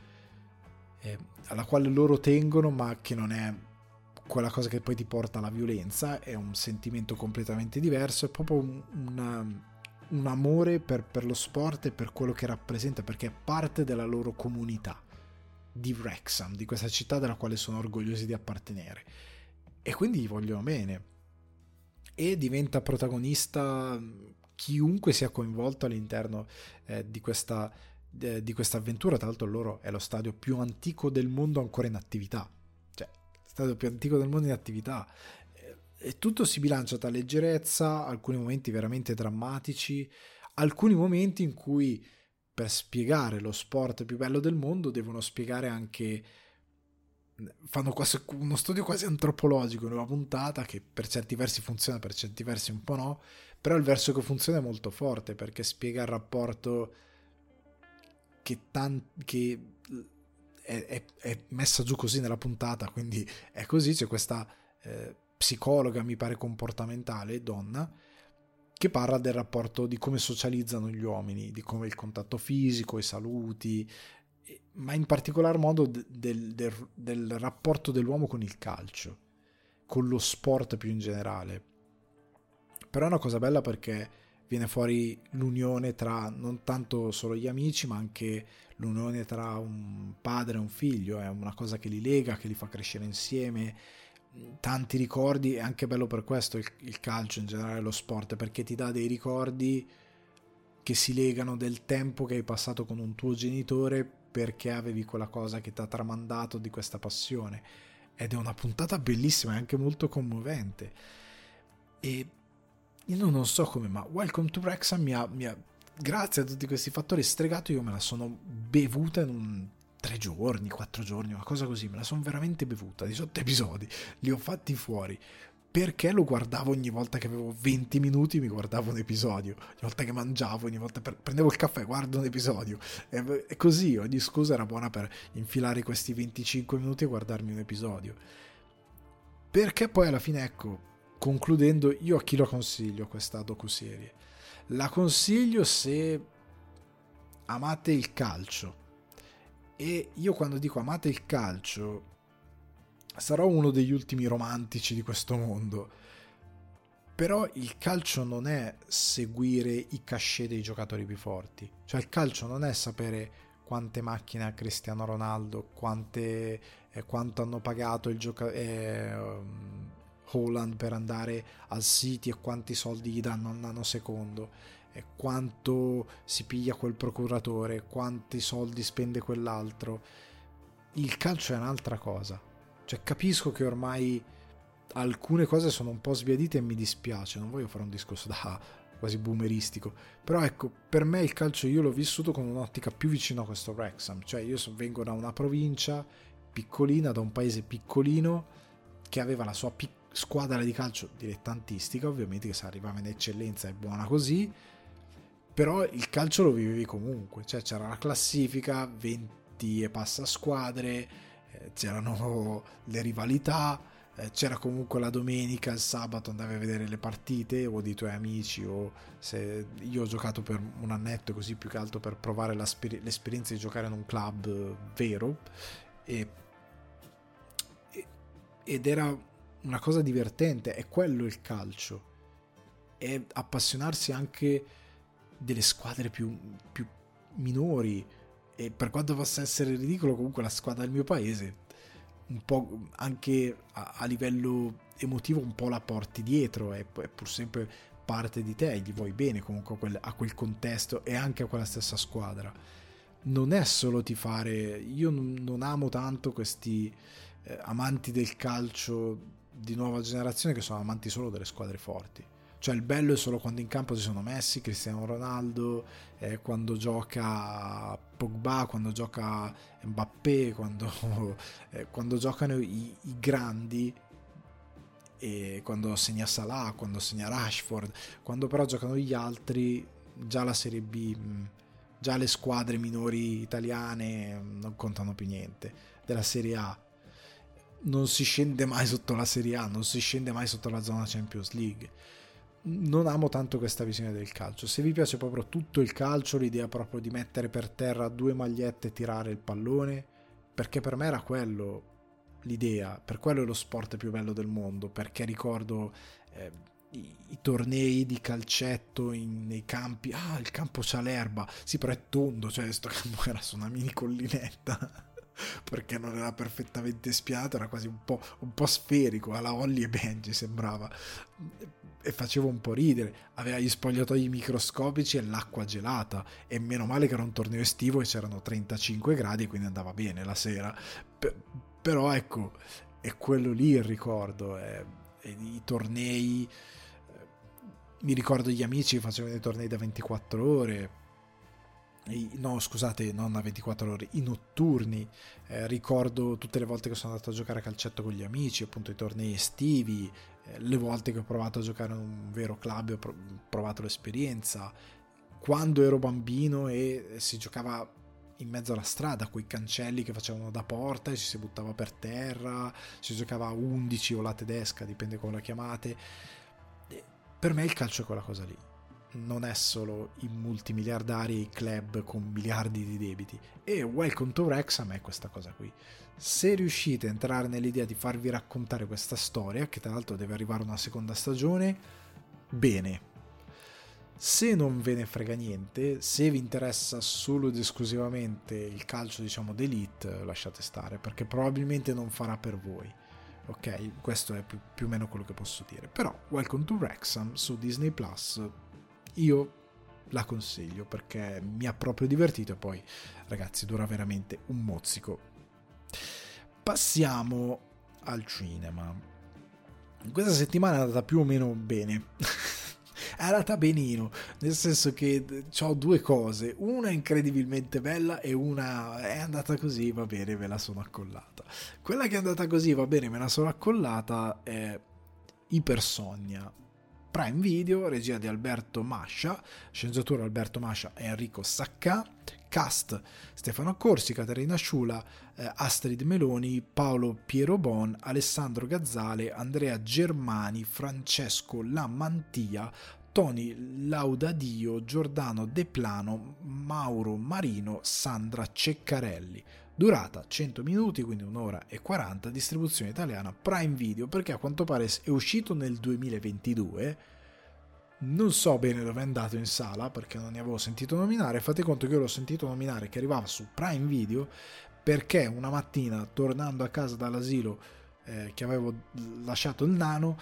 alla quale loro tengono, ma che non è quella cosa che poi ti porta alla violenza. È un sentimento completamente diverso, è proprio un amore per lo sport e per quello che rappresenta, perché è parte della loro comunità di Wrexham, di questa città della quale sono orgogliosi di appartenere, e quindi gli vogliono bene, e diventa protagonista chiunque sia coinvolto all'interno di questa avventura. Tra l'altro loro è lo stadio più antico del mondo ancora in attività, cioè lo stadio più antico del mondo in attività. e tutto si bilancia tra leggerezza, alcuni momenti veramente drammatici, alcuni momenti in cui per spiegare lo sport più bello del mondo devono spiegare anche, fanno quasi uno studio quasi antropologico in una puntata che per certi versi funziona, per certi versi un po' no, però il verso che funziona è molto forte perché spiega il rapporto che è messa giù così nella puntata, quindi è così. C'è questa psicologa, mi pare comportamentale, donna, che parla del rapporto, di come socializzano gli uomini, di come il contatto fisico, i saluti, ma in particolar modo del rapporto dell'uomo con il calcio, con lo sport più in generale. Però è una cosa bella perché viene fuori l'unione tra non tanto solo gli amici, ma anche l'unione tra un padre e un figlio. È una cosa che li lega, che li fa crescere insieme, tanti ricordi. È anche bello per questo il calcio, in generale lo sport, perché ti dà dei ricordi che si legano del tempo che hai passato con un tuo genitore perché avevi quella cosa che ti ha tramandato di questa passione. Ed è una puntata bellissima e anche molto commovente. E io non so come, ma Welcome to Wrexham grazie a tutti questi fattori stregato, io me la sono bevuta in 3 giorni, 4 giorni, una cosa così, me la sono veramente bevuta, 18 episodi, li ho fatti fuori, perché lo guardavo ogni volta che avevo 20 minuti, mi guardavo un episodio, ogni volta che mangiavo, ogni volta prendevo il caffè, guardo un episodio, e così ogni scusa era buona per infilare questi 25 minuti e guardarmi un episodio. Perché poi alla fine, ecco, concludendo, io a chi lo consiglio questa docuserie? La consiglio se amate il calcio, e io quando dico amate il calcio sarò uno degli ultimi romantici di questo mondo, però il calcio non è seguire i cachet dei giocatori più forti, cioè il calcio non è sapere quante macchine ha Cristiano Ronaldo, quanto hanno pagato il Haaland per andare al City e quanti soldi gli danno al nanosecondo, e quanto si piglia quel procuratore, quanti soldi spende quell'altro. Il calcio è un'altra cosa, cioè capisco che ormai alcune cose sono un po' sbiadite e mi dispiace, non voglio fare un discorso da quasi boomeristico, però ecco, per me il calcio io l'ho vissuto con un'ottica più vicina a questo Wrexham, cioè io vengo da una provincia piccolina, da un paese piccolino che aveva la sua squadra di calcio dilettantistica, ovviamente, che se arrivava in eccellenza è buona così, però il calcio lo vivevi comunque, cioè c'era la classifica, 20 e passa squadre, c'erano le rivalità, c'era comunque la domenica, il sabato andavi a vedere le partite o dei tuoi amici, o se io ho giocato per un annetto così, più che altro per provare l'esperienza di giocare in un club vero, ed era una cosa divertente. È quello il calcio, è appassionarsi anche delle squadre più minori, e per quanto possa essere ridicolo, comunque la squadra del mio paese un po' anche a livello emotivo un po' la porti dietro, è pur sempre parte di te, gli vuoi bene comunque a quel contesto e anche a quella stessa squadra. Non è solo tifare. Io non amo tanto questi amanti del calcio di nuova generazione che sono amanti solo delle squadre forti. Cioè il bello è solo quando in campo ci sono Messi, Cristiano Ronaldo, quando gioca Pogba, quando gioca Mbappé, quando giocano i grandi, e quando segna Salah, quando segna Rashford. Quando però giocano gli altri, già la Serie B, già le squadre minori italiane non contano più niente. Della Serie A non si scende mai sotto la Serie A, non si scende mai sotto la zona Champions League. Non amo tanto questa visione del calcio. Se vi piace proprio tutto il calcio, l'idea proprio di mettere per terra 2 magliette e tirare il pallone, perché per me era quello l'idea, per quello è lo sport più bello del mondo, perché ricordo i tornei di calcetto nei campi. Il campo c'ha l'erba, sì, però è tondo, cioè sto campo era su una mini collinetta perché non era perfettamente spianato, era quasi un po' sferico, alla Holly e Benji sembrava, e faceva un po' ridere. Aveva gli spogliatoi microscopici e l'acqua gelata, e meno male che era un torneo estivo e c'erano 35 gradi, quindi andava bene la sera. Però ecco, è quello lì il ricordo, è i tornei, mi ricordo gli amici che facevano i tornei da 24 ore, no scusate, non da 24 ore, i notturni, ricordo tutte le volte che sono andato a giocare a calcetto con gli amici, appunto i tornei estivi, le volte che ho provato a giocare in un vero club, ho provato l'esperienza, quando ero bambino e si giocava in mezzo alla strada, quei cancelli che facevano da porta e ci si buttava per terra, si giocava a 11 o la tedesca, dipende come la chiamate. Per me il calcio è quella cosa lì, non è solo i multimiliardari e i club con miliardi di debiti, e Welcome to Wrexham è questa cosa qui. Se riuscite a entrare nell'idea di farvi raccontare questa storia, che tra l'altro deve arrivare una seconda stagione, bene. Se non ve ne frega niente, se vi interessa solo ed esclusivamente il calcio, diciamo, d'elite, lasciate stare, perché probabilmente non farà per voi. Ok, questo è più o meno quello che posso dire. Però Welcome to Wrexham su Disney Plus io la consiglio perché mi ha proprio divertito, e poi ragazzi dura veramente un mozzico. Passiamo al cinema. Questa settimana è andata più o meno bene. È andata benino, nel senso che ho due cose, una è incredibilmente bella e una è andata così, va bene, me la sono accollata. Quella che è andata così, va bene, me la sono accollata, è Ipersomnia, Prime Video, regia di Alberto Mascia, sceneggiatura Alberto Mascia e Enrico Sacca, cast Stefano Accorsi, Caterina Sciula, Astrid Meloni, Paolo Pierobon, Alessandro Gazzale, Andrea Germani, Francesco Lamantia, Tony Laudadio, Giordano De Plano, Mauro Marino, Sandra Ceccarelli. Durata 100 minuti, quindi 1 ora e 40, distribuzione italiana Prime Video, perché a quanto pare è uscito nel 2022, non so bene dove è andato in sala perché non ne avevo sentito nominare. Fate conto che io l'ho sentito nominare che arrivava su Prime Video perché una mattina, tornando a casa dall'asilo che avevo lasciato il nano,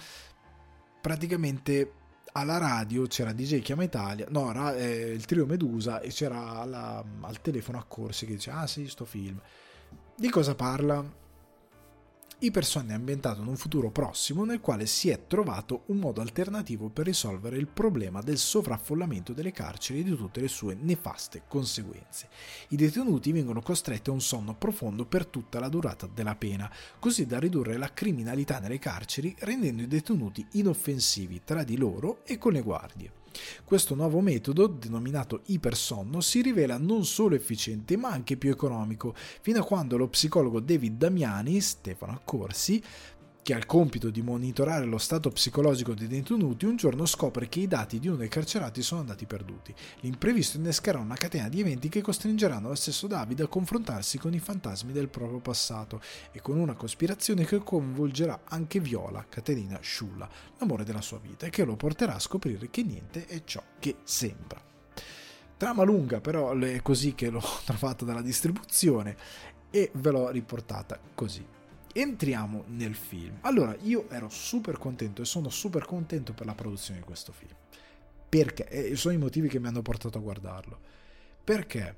praticamente alla radio c'era DJ Chiama Italia, no, il trio Medusa, e c'era al telefono Accorsi che dice: ah sì, sto film. Di cosa parla? Ipersomnia è ambientato in un futuro prossimo nel quale si è trovato un modo alternativo per risolvere il problema del sovraffollamento delle carceri e di tutte le sue nefaste conseguenze. I detenuti vengono costretti a un sonno profondo per tutta la durata della pena, così da ridurre la criminalità nelle carceri, rendendo i detenuti inoffensivi tra di loro e con le guardie. Questo nuovo metodo, denominato ipersonno, si rivela non solo efficiente ma anche più economico, fino a quando lo psicologo David Damiani, Stefano Accorsi, che ha il compito di monitorare lo stato psicologico dei detenuti, un giorno scopre che i dati di uno dei carcerati sono andati perduti. L'imprevisto innescherà una catena di eventi che costringeranno lo stesso David a confrontarsi con i fantasmi del proprio passato e con una cospirazione che coinvolgerà anche Viola, Caterina Sciulla, l'amore della sua vita, e che lo porterà a scoprire che niente è ciò che sembra. Trama lunga, però è così che l'ho trovata dalla distribuzione e ve l'ho riportata così. Entriamo nel film. Allora, io ero super contento e sono super contento per la produzione di questo film. Perché? Sono i motivi che mi hanno portato a guardarlo. Perché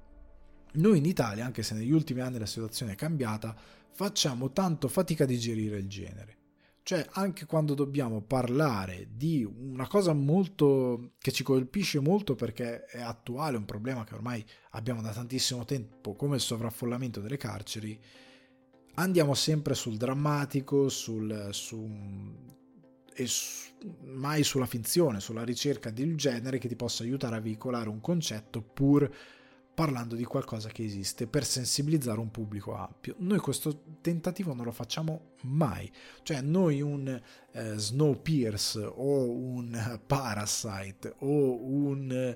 noi in Italia, anche se negli ultimi anni la situazione è cambiata, facciamo tanto fatica a digerire il genere. Cioè, anche quando dobbiamo parlare di una cosa molto che ci colpisce molto perché è attuale, un problema che ormai abbiamo da tantissimo tempo, come il sovraffollamento delle carceri, andiamo sempre sul drammatico, mai sulla finzione, sulla ricerca di un genere che ti possa aiutare a veicolare un concetto pur parlando di qualcosa che esiste per sensibilizzare un pubblico ampio. Noi questo tentativo non lo facciamo mai, cioè noi un Snowpiercer o un Parasite o un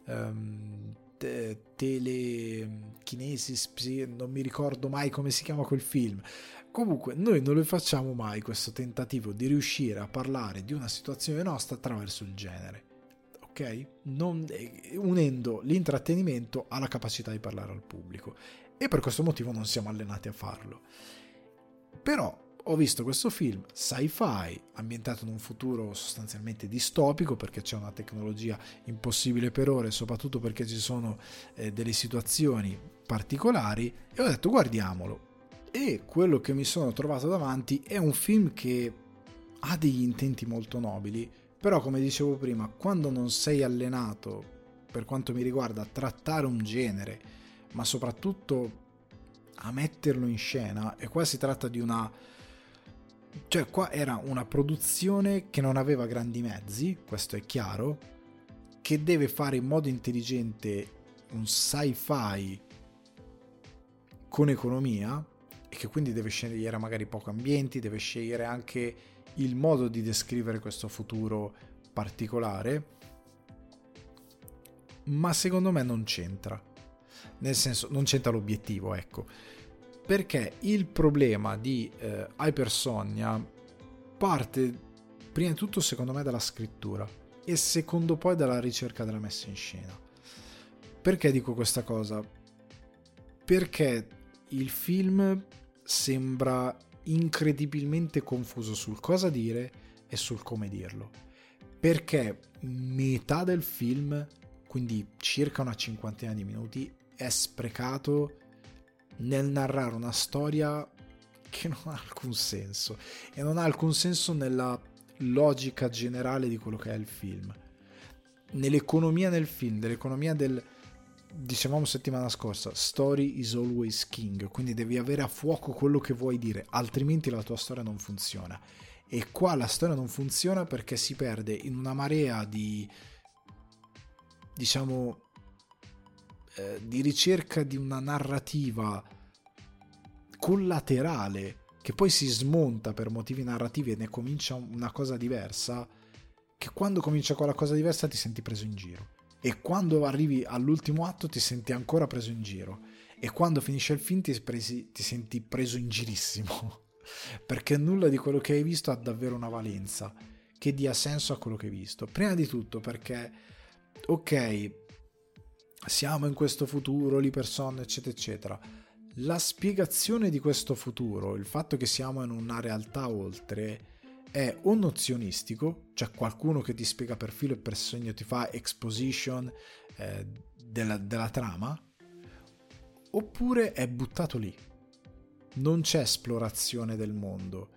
Telekinesis, non mi ricordo mai come si chiama quel film. Comunque noi non lo facciamo mai questo tentativo di riuscire a parlare di una situazione nostra attraverso il genere, ok? Unendo l'intrattenimento alla capacità di parlare al pubblico, e per questo motivo non siamo allenati a farlo. Però ho visto questo film sci-fi ambientato in un futuro sostanzialmente distopico, perché c'è una tecnologia impossibile per ora e soprattutto perché ci sono delle situazioni particolari, e ho detto guardiamolo. E quello che mi sono trovato davanti è un film che ha degli intenti molto nobili, però come dicevo prima, quando non sei allenato, per quanto mi riguarda, a trattare un genere, ma soprattutto a metterlo in scena, e qua si tratta di cioè qua era una produzione che non aveva grandi mezzi, questo è chiaro, che deve fare in modo intelligente un sci-fi con economia, e che quindi deve scegliere magari poco ambienti, deve scegliere anche il modo di descrivere questo futuro particolare, ma secondo me non c'entra, nel senso non c'entra l'obiettivo, ecco, perché il problema di Hypersomnia parte prima di tutto secondo me dalla scrittura e secondo poi dalla ricerca della messa in scena. Perché dico questa cosa? Perché il film sembra incredibilmente confuso sul cosa dire e sul come dirlo, perché metà del film, quindi circa una cinquantina di minuti, è sprecato nel narrare una storia che non ha alcun senso, e non ha alcun senso nella logica generale di quello che è il film, nell'economia del film, dell'economia del, dicevamo settimana scorsa, story is always king, quindi devi avere a fuoco quello che vuoi dire, altrimenti la tua storia non funziona. E qua la storia non funziona perché si perde in una marea di, diciamo, di ricerca di una narrativa collaterale che poi si smonta per motivi narrativi e ne comincia una cosa diversa, che quando comincia quella cosa diversa ti senti preso in giro, e quando arrivi all'ultimo atto ti senti ancora preso in giro, e quando finisce il film ti senti preso in girissimo perché nulla di quello che hai visto ha davvero una valenza che dia senso a quello che hai visto. Prima di tutto perché, ok, siamo in questo futuro, l'Hypersomnia eccetera eccetera, la spiegazione di questo futuro, il fatto che siamo in una realtà oltre, è o nozionistico, cioè qualcuno che ti spiega per filo e per segno, ti fa exposition della trama, oppure è buttato lì, non c'è esplorazione del mondo.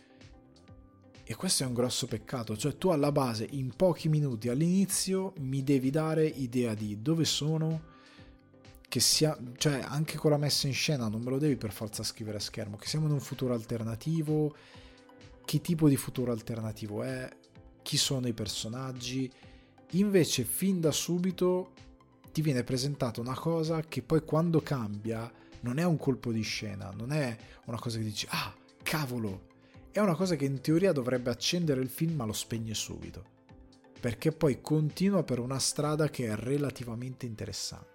E questo è un grosso peccato, cioè tu alla base in pochi minuti all'inizio mi devi dare idea di dove sono, che sia, cioè anche con la messa in scena non me lo devi per forza scrivere a schermo, che siamo in un futuro alternativo, che tipo di futuro alternativo è, chi sono i personaggi. Invece fin da subito ti viene presentata una cosa che poi quando cambia non è un colpo di scena, non è una cosa che dici ah cavolo, è una cosa che in teoria dovrebbe accendere il film ma lo spegne subito, perché poi continua per una strada che è relativamente interessante,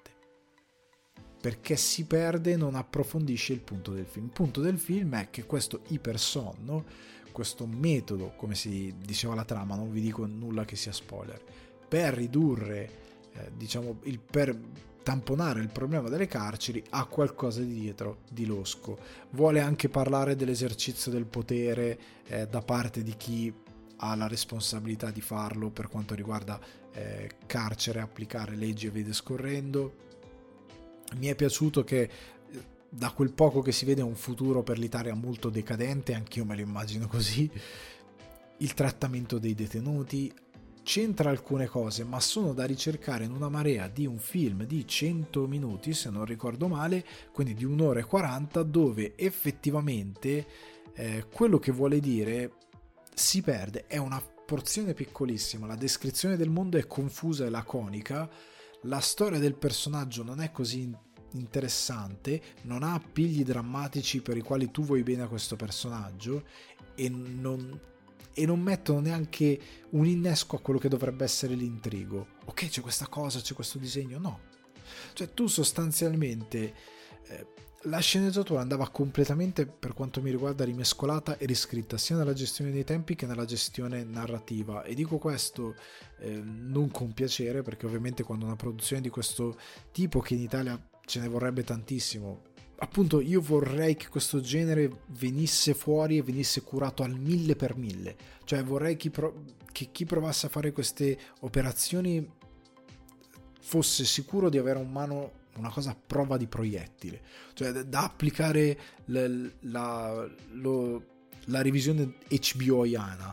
perché si perde e non approfondisce il punto del film. Il punto del film è che questo ipersonno, questo metodo, come si diceva la trama, non vi dico nulla che sia spoiler, per ridurre diciamo per tamponare il problema delle carceri, ha qualcosa di dietro di losco. Vuole anche parlare dell'esercizio del potere da parte di chi ha la responsabilità di farlo per quanto riguarda carcere, applicare leggi e via discorrendo. Mi è piaciuto che da quel poco che si vede un futuro per l'Italia molto decadente, anch'io me lo immagino così. Il trattamento dei detenuti c'entra alcune cose, ma sono da ricercare in una marea di un film di 100 minuti, se non ricordo male, quindi di 1 ora e 40, dove effettivamente quello che vuole dire si perde. È una porzione piccolissima, la descrizione del mondo è confusa e laconica, la storia del personaggio non è così interessante, non ha appigli drammatici per i quali tu vuoi bene a questo personaggio, e non mettono neanche un innesco a quello che dovrebbe essere l'intrigo. Ok, c'è questa cosa, c'è questo disegno, no. Cioè tu sostanzialmente la sceneggiatura andava completamente, per quanto mi riguarda, rimescolata e riscritta sia nella gestione dei tempi che nella gestione narrativa, e dico questo non con piacere, perché ovviamente quando una produzione di questo tipo, che in Italia ce ne vorrebbe tantissimo, appunto io vorrei che questo genere venisse fuori e venisse curato al 1000%, cioè vorrei che chi provasse a fare queste operazioni fosse sicuro di avere in mano una cosa a prova di proiettile, cioè da applicare la revisione HBO-iana,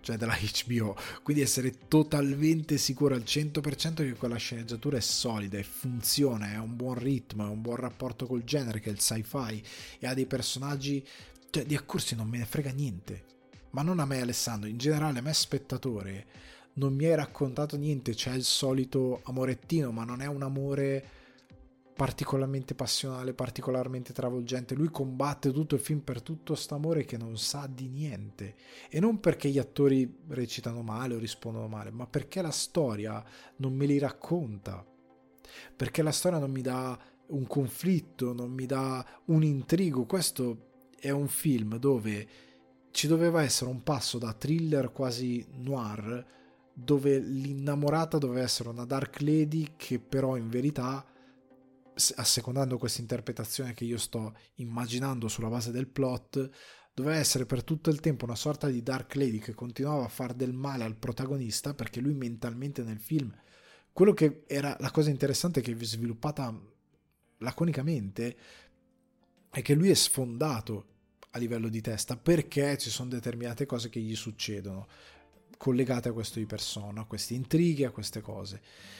cioè della HBO, quindi essere totalmente sicuro al 100% che quella sceneggiatura è solida e funziona, è un buon ritmo, è un buon rapporto col genere che è il sci-fi e ha dei personaggi, cioè di accorsi non me ne frega niente, ma non a me Alessandro, in generale a me spettatore non mi hai raccontato niente, c'è il solito amorettino, ma non è un amore particolarmente passionale, particolarmente travolgente. Lui combatte tutto il film per tutto st'amore che non sa di niente, e non perché gli attori recitano male o rispondono male, ma perché la storia non me li racconta, perché la storia non mi dà un conflitto, non mi dà un intrigo. Questo è un film dove ci doveva essere un passo da thriller quasi noir, dove l'innamorata doveva essere una dark lady che però in verità, assecondando questa interpretazione che io sto immaginando sulla base del plot, doveva essere per tutto il tempo una sorta di dark lady che continuava a far del male al protagonista, perché lui mentalmente nel film, quello che era la cosa interessante che vi è sviluppata laconicamente, è che lui è sfondato a livello di testa perché ci sono determinate cose che gli succedono collegate a questo di persona, a queste intrighe, a queste cose.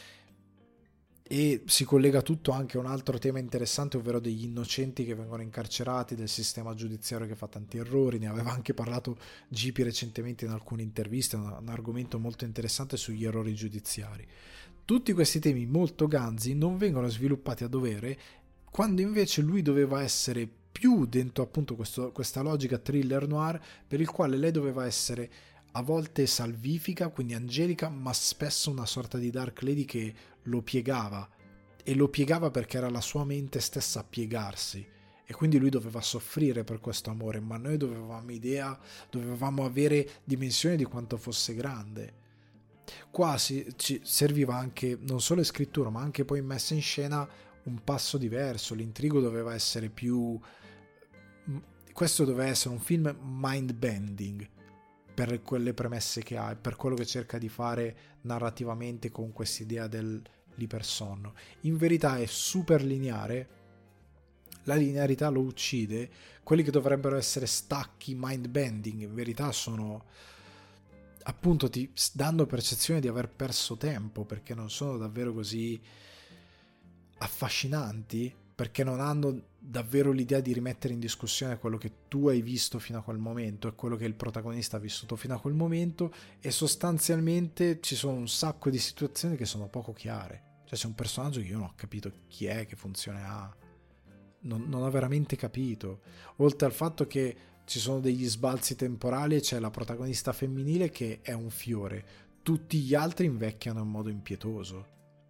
E si collega tutto anche a un altro tema interessante, ovvero degli innocenti che vengono incarcerati, del sistema giudiziario che fa tanti errori. Ne aveva anche parlato GP recentemente in alcune interviste, un argomento molto interessante sugli errori giudiziari. Tutti questi temi molto ganzi non vengono sviluppati a dovere, quando invece lui doveva essere più dentro appunto questa logica thriller noir, per il quale lei doveva essere a volte salvifica, quindi angelica, ma spesso una sorta di dark lady che lo piegava, e lo piegava perché era la sua mente stessa a piegarsi, e quindi lui doveva soffrire per questo amore, ma noi dovevamo avere dimensione di quanto fosse grande. Qua ci serviva anche non solo scrittura, ma anche poi messa in scena un passo diverso. L'intrigo doveva essere più, questo doveva essere un film mind bending per quelle premesse che ha e per quello che cerca di fare narrativamente con quest'idea dell'ipersonno. In verità è super lineare, la linearità lo uccide, quelli che dovrebbero essere stacchi mind bending in verità sono, appunto, ti danno percezione di aver perso tempo, perché non sono davvero così affascinanti, perché non hanno davvero l'idea di rimettere in discussione quello che tu hai visto fino a quel momento e quello che il protagonista ha vissuto fino a quel momento, e sostanzialmente ci sono un sacco di situazioni che sono poco chiare. Cioè c'è un personaggio che io non ho capito chi è, che funzione ha, non ho veramente capito, oltre al fatto che ci sono degli sbalzi temporali e c'è la protagonista femminile che è un fiore, tutti gli altri invecchiano in modo impietoso.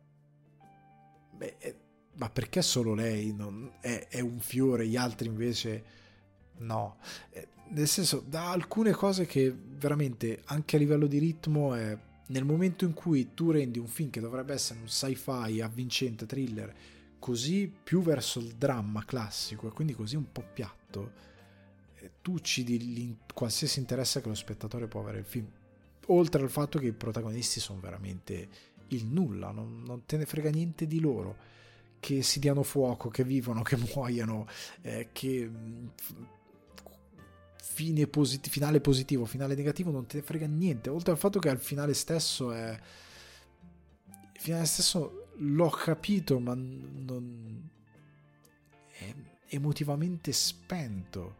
Beh, ma perché solo lei è un fiore, gli altri invece no? Nel senso, da alcune cose che veramente anche a livello di ritmo è, nel momento in cui tu rendi un film che dovrebbe essere un sci-fi avvincente, thriller, così più verso il dramma classico e quindi così un po' piatto, tu uccidi qualsiasi interesse che lo spettatore può avere il film, oltre al fatto che i protagonisti sono veramente il nulla, non te ne frega niente di loro, che si diano fuoco, che vivono, che muoiano, che finale positivo, finale negativo, non te ne frega niente, oltre al fatto che al finale stesso l'ho capito, ma non è emotivamente spento.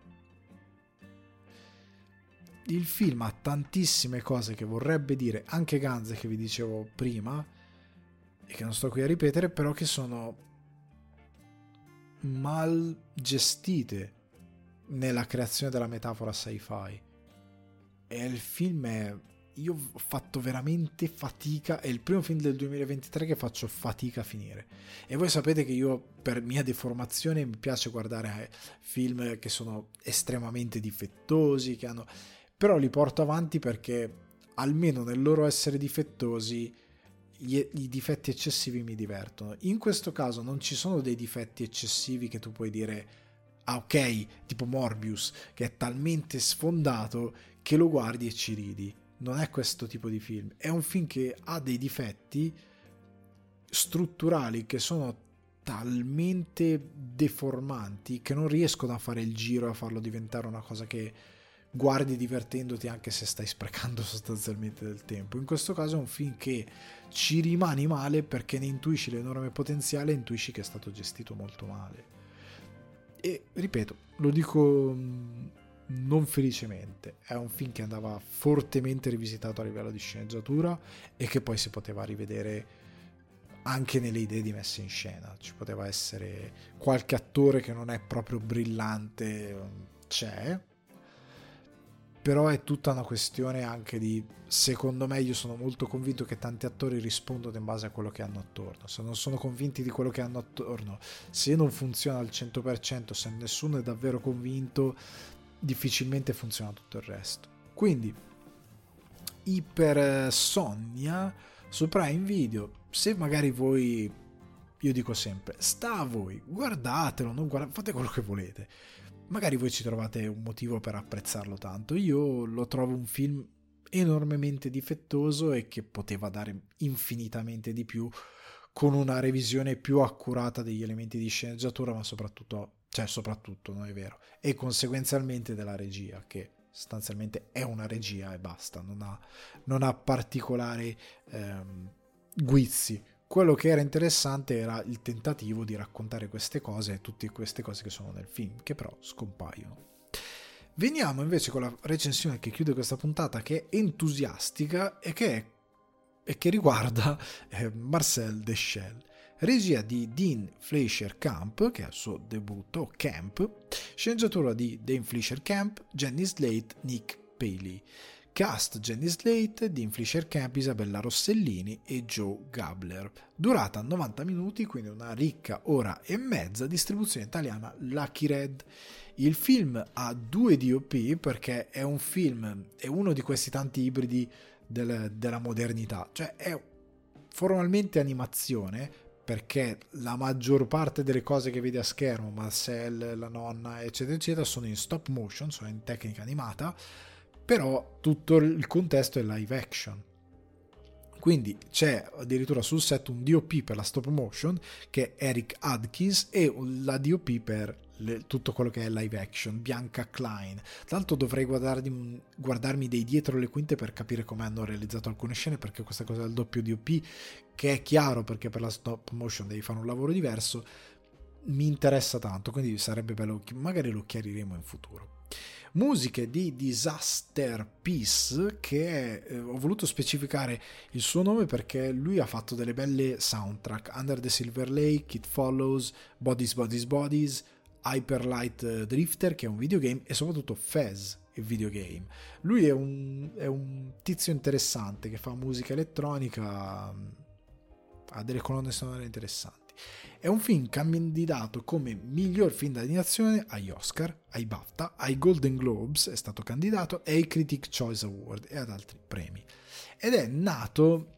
Il film ha tantissime cose che vorrebbe dire, anche Guns, che vi dicevo prima e che non sto qui a ripetere, però che sono mal gestite nella creazione della metafora sci-fi. E il film io ho fatto veramente fatica, è il primo film del 2023 che faccio fatica a finire, e voi sapete che io per mia deformazione mi piace guardare film che sono estremamente difettosi, che hanno, però li porto avanti perché almeno nel loro essere difettosi i difetti eccessivi mi divertono. In questo caso non ci sono dei difetti eccessivi che tu puoi dire ah ok, tipo Morbius, che è talmente sfondato che lo guardi e ci ridi. Non è questo tipo di film, è un film che ha dei difetti strutturali che sono talmente deformanti che non riescono a fare il giro e a farlo diventare una cosa che guardi divertendoti anche se stai sprecando sostanzialmente del tempo. In questo caso è un film che ci rimani male perché ne intuisci l'enorme potenziale e intuisci che è stato gestito molto male. E ripeto, lo dico non felicemente, è un film che andava fortemente rivisitato a livello di sceneggiatura e che poi si poteva rivedere anche nelle idee di messa in scena. Ci poteva essere qualche attore che non è proprio brillante, c'è, però è tutta una questione anche di, secondo me, io sono molto convinto che tanti attori rispondono in base a quello che hanno attorno. Se non sono convinti di quello che hanno attorno, se non funziona al 100%, se nessuno è davvero convinto, difficilmente funziona tutto il resto. Quindi Ipersomnia su Prime Video, se magari voi, io dico sempre, sta a voi, guardatelo, non fate quello che volete, magari voi ci trovate un motivo per apprezzarlo tanto. Io lo trovo un film enormemente difettoso e che poteva dare infinitamente di più con una revisione più accurata degli elementi di sceneggiatura, ma soprattutto non è vero, e conseguenzialmente della regia, che sostanzialmente è una regia e basta, non ha particolari guizzi. Quello che era interessante era il tentativo di raccontare queste cose e tutte queste cose che sono nel film, che però scompaiono. Veniamo invece con la recensione che chiude questa puntata, che è entusiastica e che riguarda Marcel Deschelles, regia di Dean Fleischer Camp, che è il suo debutto, Camp, sceneggiatura di Dean Fleischer Camp, Jenny Slate, Nick Paley, cast Jenny Slate, Dean Fleischer Camp, Isabella Rossellini e Joe Gabler, durata 90 minuti, quindi una ricca ora e mezza, distribuzione italiana Lucky Red. Il film ha 2 DOP perché è un film, è uno di questi tanti ibridi della modernità, cioè è formalmente animazione perché la maggior parte delle cose che vedi a schermo, Marcel, la nonna, eccetera eccetera, sono in stop motion, sono in tecnica animata, però tutto il contesto è live action. Quindi c'è addirittura sul set un DOP per la stop motion che è Eric Adkins e la DOP per tutto quello che è live action, Bianca Klein. Tra l'altro dovrei guardarmi dei dietro le quinte per capire come hanno realizzato alcune scene, perché questa cosa del doppio DOP, che è chiaro perché per la stop motion devi fare un lavoro diverso, mi interessa tanto, quindi sarebbe bello, magari lo chiariremo in futuro. Musiche di Disaster Peace, che ho voluto specificare il suo nome perché lui ha fatto delle belle soundtrack: Under the Silver Lake, It Follows, Bodies Bodies Bodies, Hyper Light Drifter, che è un videogame, e soprattutto Fez, il videogame. Lui è un tizio interessante che fa musica elettronica, ha delle colonne sonore interessanti. È un film candidato come miglior film d'animazione agli Oscar, ai BAFTA, ai Golden Globes è stato candidato, e ai Critic Choice Award e ad altri premi. Ed è nato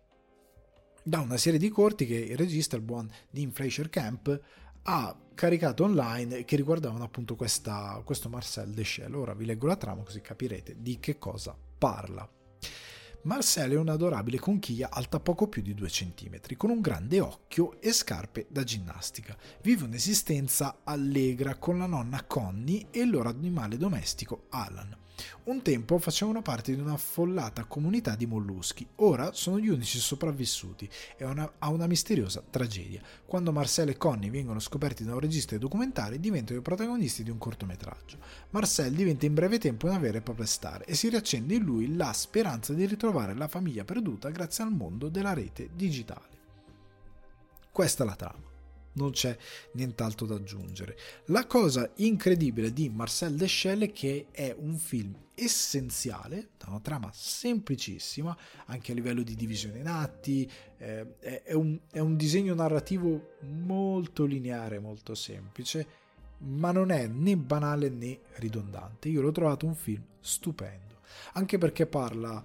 da una serie di corti che il regista, il buon Dean Fleischer Camp, ha caricato online, che riguardavano appunto questo Marcel Deschelles. Ora vi leggo la trama così capirete di che cosa parla. Marcel è un'adorabile conchiglia alta poco più di 2 centimetri, con un grande occhio e scarpe da ginnastica. Vive un'esistenza allegra con la nonna Connie e il loro animale domestico Alan. Un tempo facevano parte di una affollata comunità di molluschi, ora sono gli unici sopravvissuti e ha una misteriosa tragedia. Quando Marcel e Connie vengono scoperti da un regista di documentari, diventano i protagonisti di un cortometraggio. Marcel diventa in breve tempo una vera e propria star e si riaccende in lui la speranza di ritrovare la famiglia perduta grazie al mondo della rete digitale. Questa è la trama. Non c'è nient'altro da aggiungere. La cosa incredibile di Marcel Deschelles è che è un film essenziale, da una trama semplicissima, anche a livello di divisione in atti, è un disegno narrativo molto lineare, molto semplice, ma non è né banale né ridondante. Io l'ho trovato un film stupendo, anche perché parla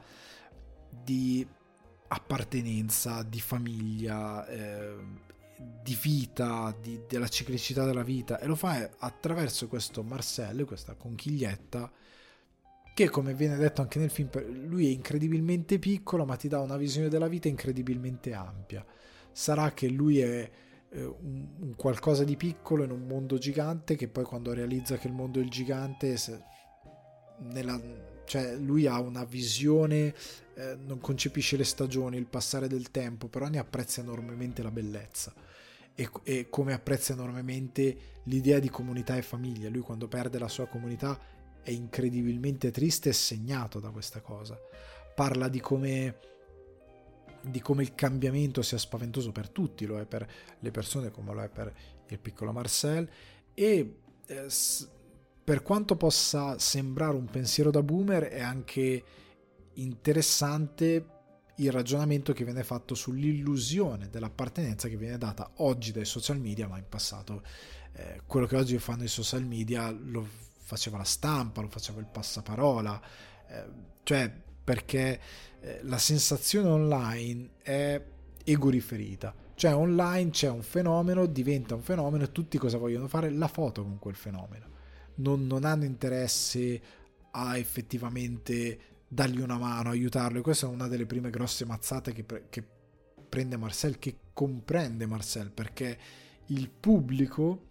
di appartenenza, di famiglia, di vita, della ciclicità della vita, e lo fa attraverso questo Marcel, questa conchiglietta, che, come viene detto anche nel film, lui è incredibilmente piccolo ma ti dà una visione della vita incredibilmente ampia. Sarà che lui è un qualcosa di piccolo in un mondo gigante, che poi quando realizza che il mondo è il gigante cioè lui ha una visione, non concepisce le stagioni, il passare del tempo, però ne apprezza enormemente la bellezza e come apprezza enormemente l'idea di comunità e famiglia. Lui quando perde la sua comunità è incredibilmente triste e segnato da questa cosa. Parla di come il cambiamento sia spaventoso per tutti, lo è per le persone come lo è per il piccolo Marcel, e per quanto possa sembrare un pensiero da boomer, è anche interessante il ragionamento che viene fatto sull'illusione dell'appartenenza che viene data oggi dai social media, ma in passato quello che oggi fanno i social media lo faceva la stampa, lo faceva il passaparola, cioè perché la sensazione online è egoriferita, cioè online c'è un fenomeno, diventa un fenomeno e tutti cosa vogliono fare? La foto con quel fenomeno, non hanno interesse a effettivamente dargli una mano, aiutarlo, e questa è una delle prime grosse mazzate che prende Marcel, che comprende Marcel, perché il pubblico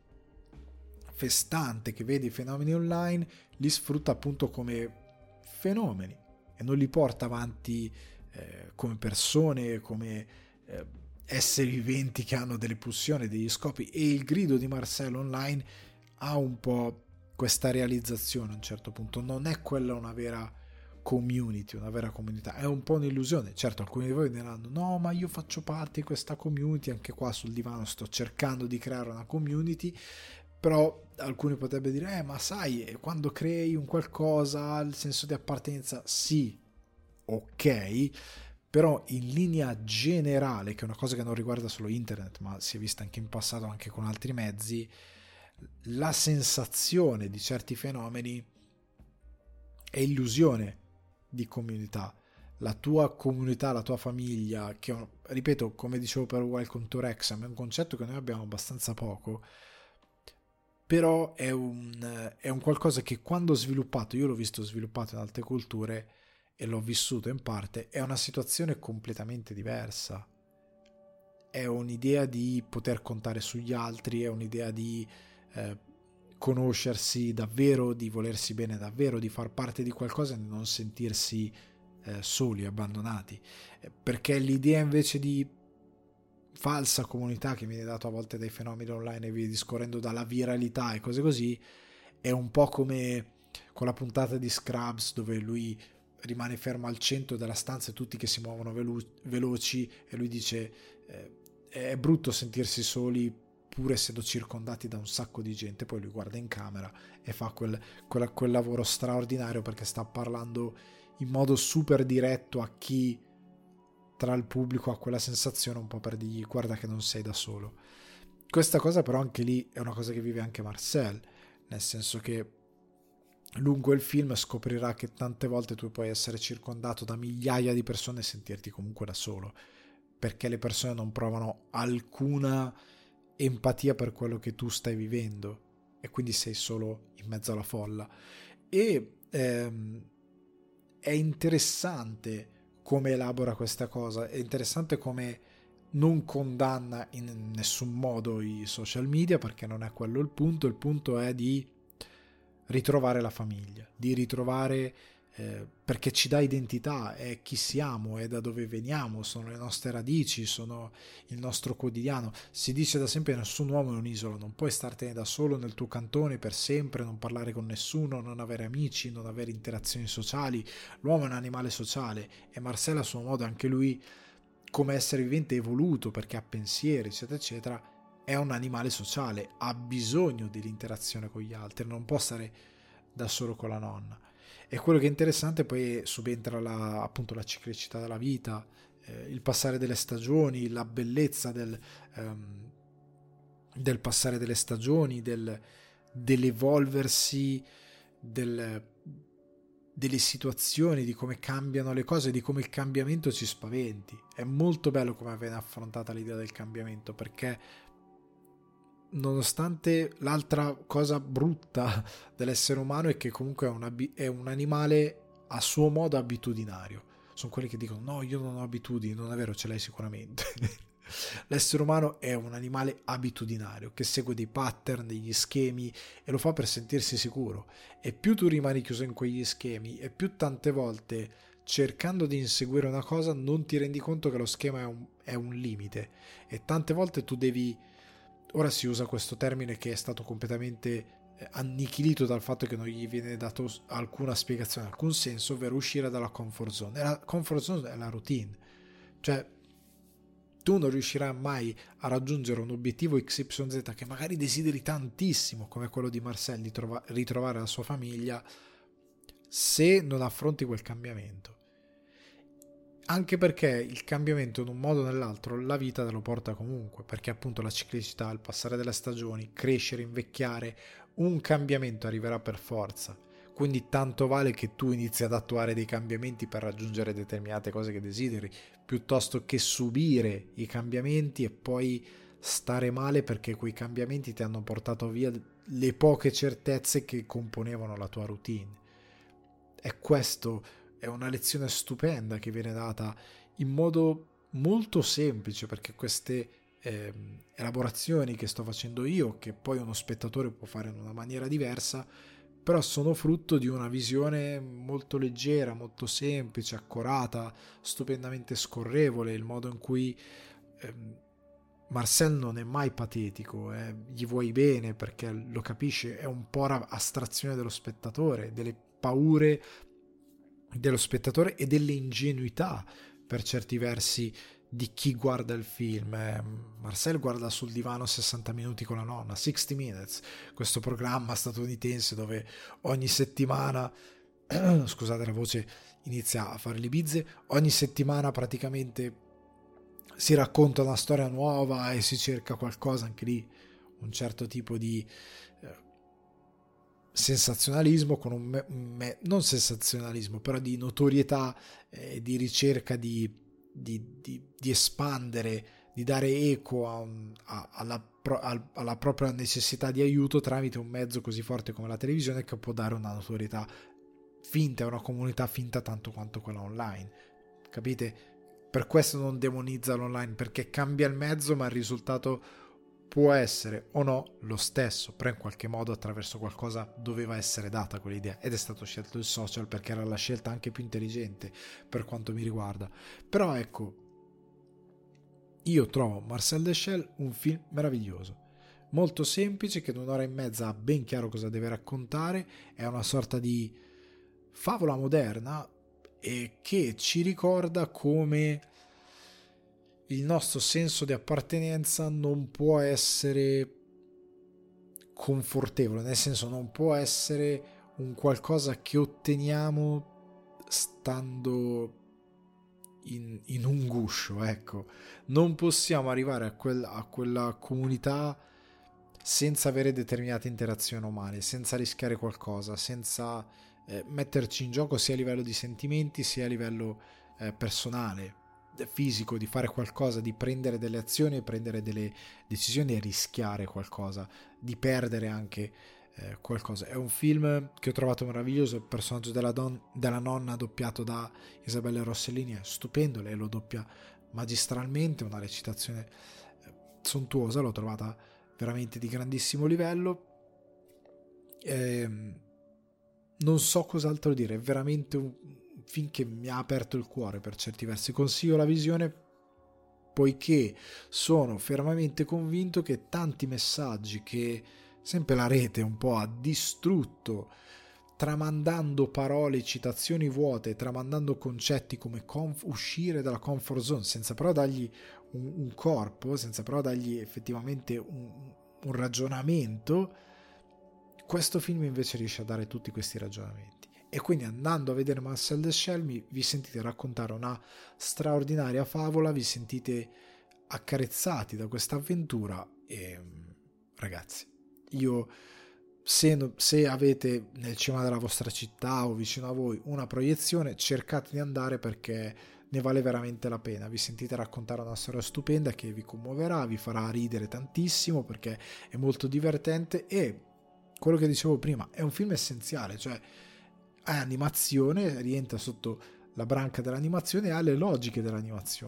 festante che vede i fenomeni online li sfrutta appunto come fenomeni e non li porta avanti come persone, come esseri viventi che hanno delle pulsioni, degli scopi. E il grido di Marcel online ha un po' questa realizzazione a un certo punto, non è quella una vera community, una vera comunità, è un po' un'illusione. Certo, alcuni di voi diranno no, ma io faccio parte di questa community, anche qua sul divano sto cercando di creare una community, però alcuni potrebbero dire ma sai, quando crei un qualcosa il senso di appartenenza, sì, ok, però in linea generale, che è una cosa che non riguarda solo internet ma si è vista anche in passato anche con altri mezzi, la sensazione di certi fenomeni è illusione di comunità. La tua comunità, la tua famiglia, che ripeto, come dicevo per Welcome to Wrexham, è un concetto che noi abbiamo abbastanza poco, però è un qualcosa che quando sviluppato, io l'ho visto sviluppato in altre culture e l'ho vissuto in parte, è una situazione completamente diversa. È un'idea di poter contare sugli altri, è un'idea di conoscersi davvero, di volersi bene davvero, di far parte di qualcosa e non sentirsi soli, abbandonati, perché l'idea invece di falsa comunità che viene data a volte dai fenomeni online e via discorrendo, dalla viralità e cose così, è un po' come con la puntata di Scrubs dove lui rimane fermo al centro della stanza e tutti che si muovono veloci e lui dice è brutto sentirsi soli pur essendo circondati da un sacco di gente. Poi lui guarda in camera e fa quel lavoro straordinario, perché sta parlando in modo super diretto a chi tra il pubblico ha quella sensazione, un po' per dirgli guarda che non sei da solo. Questa cosa però anche lì è una cosa che vive anche Marcel, nel senso che lungo il film scoprirà che tante volte tu puoi essere circondato da migliaia di persone e sentirti comunque da solo, perché le persone non provano alcuna empatia per quello che tu stai vivendo e quindi sei solo in mezzo alla folla. E è interessante come elabora questa cosa, è interessante come non condanna in nessun modo i social media, perché non è quello il punto è di ritrovare la famiglia, di ritrovare perché ci dà identità, è chi siamo, è da dove veniamo, sono le nostre radici, sono il nostro quotidiano. Si dice da sempre nessun uomo è un'isola, non puoi startene da solo nel tuo cantone per sempre, non parlare con nessuno, non avere amici, non avere interazioni sociali. L'uomo è un animale sociale e Marcel a suo modo, anche lui come essere vivente evoluto perché ha pensieri eccetera eccetera, è un animale sociale, ha bisogno dell'interazione con gli altri, non può stare da solo con la nonna. E quello che è interessante poi subentra appunto la ciclicità della vita, il passare delle stagioni, la bellezza del passare delle stagioni, dell'evolversi delle situazioni, di come cambiano le cose, di come il cambiamento ci spaventi. È molto bello come viene affrontata l'idea del cambiamento, perché nonostante l'altra cosa brutta dell'essere umano è che comunque è un animale a suo modo abitudinario. Sono quelli che dicono no, io non ho abitudini, non è vero, ce l'hai sicuramente. L'essere umano è un animale abitudinario che segue dei pattern, degli schemi e lo fa per sentirsi sicuro. E più tu rimani chiuso in quegli schemi e più tante volte cercando di inseguire una cosa non ti rendi conto che lo schema è un limite e tante volte tu devi, ora si usa questo termine che è stato completamente annichilito dal fatto che non gli viene dato alcuna spiegazione, alcun senso, ovvero uscire dalla comfort zone. E la comfort zone è la routine, cioè tu non riuscirai mai a raggiungere un obiettivo XYZ che magari desideri tantissimo, come quello di Marcel di ritrovare la sua famiglia, se non affronti quel cambiamento. Anche perché il cambiamento in un modo o nell'altro la vita te lo porta comunque, perché appunto la ciclicità, il passare delle stagioni, crescere, invecchiare, un cambiamento arriverà per forza. Quindi tanto vale che tu inizi ad attuare dei cambiamenti per raggiungere determinate cose che desideri, piuttosto che subire i cambiamenti e poi stare male perché quei cambiamenti ti hanno portato via le poche certezze che componevano la tua routine. E questo è una lezione stupenda che viene data in modo molto semplice, perché queste elaborazioni che sto facendo io, che poi uno spettatore può fare in una maniera diversa, però sono frutto di una visione molto leggera, molto semplice, accurata, stupendamente scorrevole, il modo in cui Marcel non è mai patetico, gli vuoi bene perché lo capisce, è un po' astrazione dello spettatore, delle paure dello spettatore e delle ingenuità per certi versi di chi guarda il film. Marcel guarda sul divano 60 minuti con la nonna, 60 Minutes, questo programma statunitense dove ogni settimana scusate la voce inizia a fare le bizze, ogni settimana praticamente si racconta una storia nuova e si cerca qualcosa, anche lì un certo tipo di sensazionalismo, con non sensazionalismo, però di notorietà, di ricerca di espandere, di dare eco alla propria necessità di aiuto tramite un mezzo così forte come la televisione, che può dare una notorietà finta, una comunità finta tanto quanto quella online. Capite? Per questo non demonizza l'online, perché cambia il mezzo ma il risultato può essere o no lo stesso, però in qualche modo attraverso qualcosa doveva essere data quell'idea, ed è stato scelto il social perché era la scelta anche più intelligente per quanto mi riguarda. Però ecco, io trovo Marcel Deschelles un film meraviglioso, molto semplice, che in un'ora e mezza ha ben chiaro cosa deve raccontare, è una sorta di favola moderna e che ci ricorda come il nostro senso di appartenenza non può essere confortevole, nel senso non può essere un qualcosa che otteniamo stando in un guscio, ecco. Non possiamo arrivare a quella comunità senza avere determinate interazioni umane, senza rischiare qualcosa, senza metterci in gioco sia a livello di sentimenti sia a livello personale, fisico, di fare qualcosa, di prendere delle azioni, prendere delle decisioni e rischiare qualcosa, di perdere anche qualcosa. È un film che ho trovato meraviglioso, il personaggio della nonna doppiato da Isabella Rossellini è stupendo, lei lo doppia magistralmente, una recitazione sontuosa, l'ho trovata veramente di grandissimo livello. Non so cos'altro dire, è veramente un film che mi ha aperto il cuore per certi versi. Consiglio la visione poiché sono fermamente convinto che tanti messaggi che sempre la rete un po' ha distrutto, tramandando parole, citazioni vuote, tramandando concetti come uscire dalla comfort zone, senza però dargli un corpo, senza però dargli effettivamente un ragionamento, questo film invece riesce a dare tutti questi ragionamenti. E quindi andando a vedere Marcel Deschelles vi sentite raccontare una straordinaria favola, vi sentite accarezzati da questa avventura e ragazzi, io se avete nel cinema della vostra città o vicino a voi una proiezione, cercate di andare perché ne vale veramente la pena. Vi sentite raccontare una storia stupenda che vi commuoverà, vi farà ridere tantissimo perché è molto divertente e quello che dicevo prima, è un film essenziale, cioè è animazione, rientra sotto la branca dell'animazione e ha le logiche dell'animazione.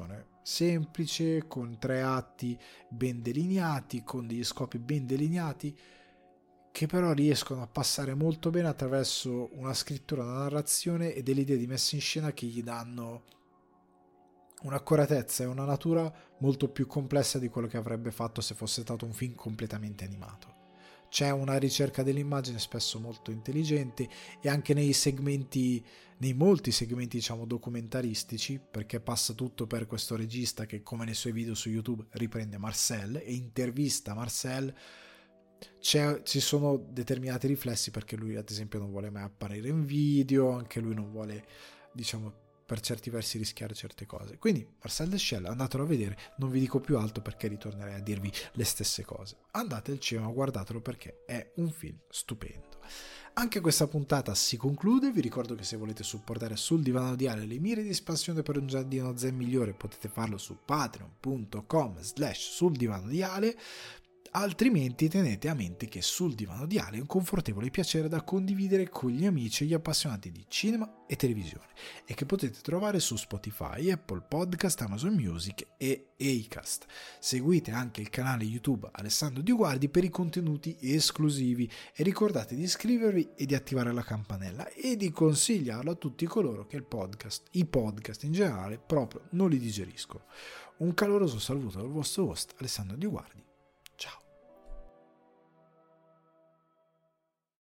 semplice, con 3 atti ben delineati, con degli scopi ben delineati, che però riescono a passare molto bene attraverso una scrittura, una narrazione e delle idee di messa in scena che gli danno un'accuratezza e una natura molto più complessa di quello che avrebbe fatto se fosse stato un film completamente animato. C'è una ricerca dell'immagine spesso molto intelligente, e anche nei molti segmenti diciamo documentaristici, perché passa tutto per questo regista che, come nei suoi video su YouTube, riprende Marcel e intervista Marcel. Ci sono determinati riflessi, perché lui ad esempio non vuole mai apparire in video, anche lui non vuole, diciamo, per certi versi rischiare certe cose. Quindi Marcel Deschelles, andatelo a vedere, non vi dico più altro perché ritornerei a dirvi le stesse cose. Andate al cinema, guardatelo perché è un film stupendo. Anche questa puntata si conclude. Vi ricordo che se volete supportare Sul Divano di Ale le mire di espansione per un giardino zen migliore, potete farlo su patreon.com/suldivano di Ale. Altrimenti tenete a mente che Sul Divano di Ale è un confortevole piacere da condividere con gli amici e gli appassionati di cinema e televisione, e che potete trovare su Spotify, Apple Podcast, Amazon Music e Acast. Seguite anche il canale YouTube Alessandro Di Guardi per i contenuti esclusivi, e ricordate di iscrivervi e di attivare la campanella e di consigliarlo a tutti coloro che i podcast in generale proprio non li digeriscono. Un caloroso saluto dal vostro host Alessandro Di Guardi.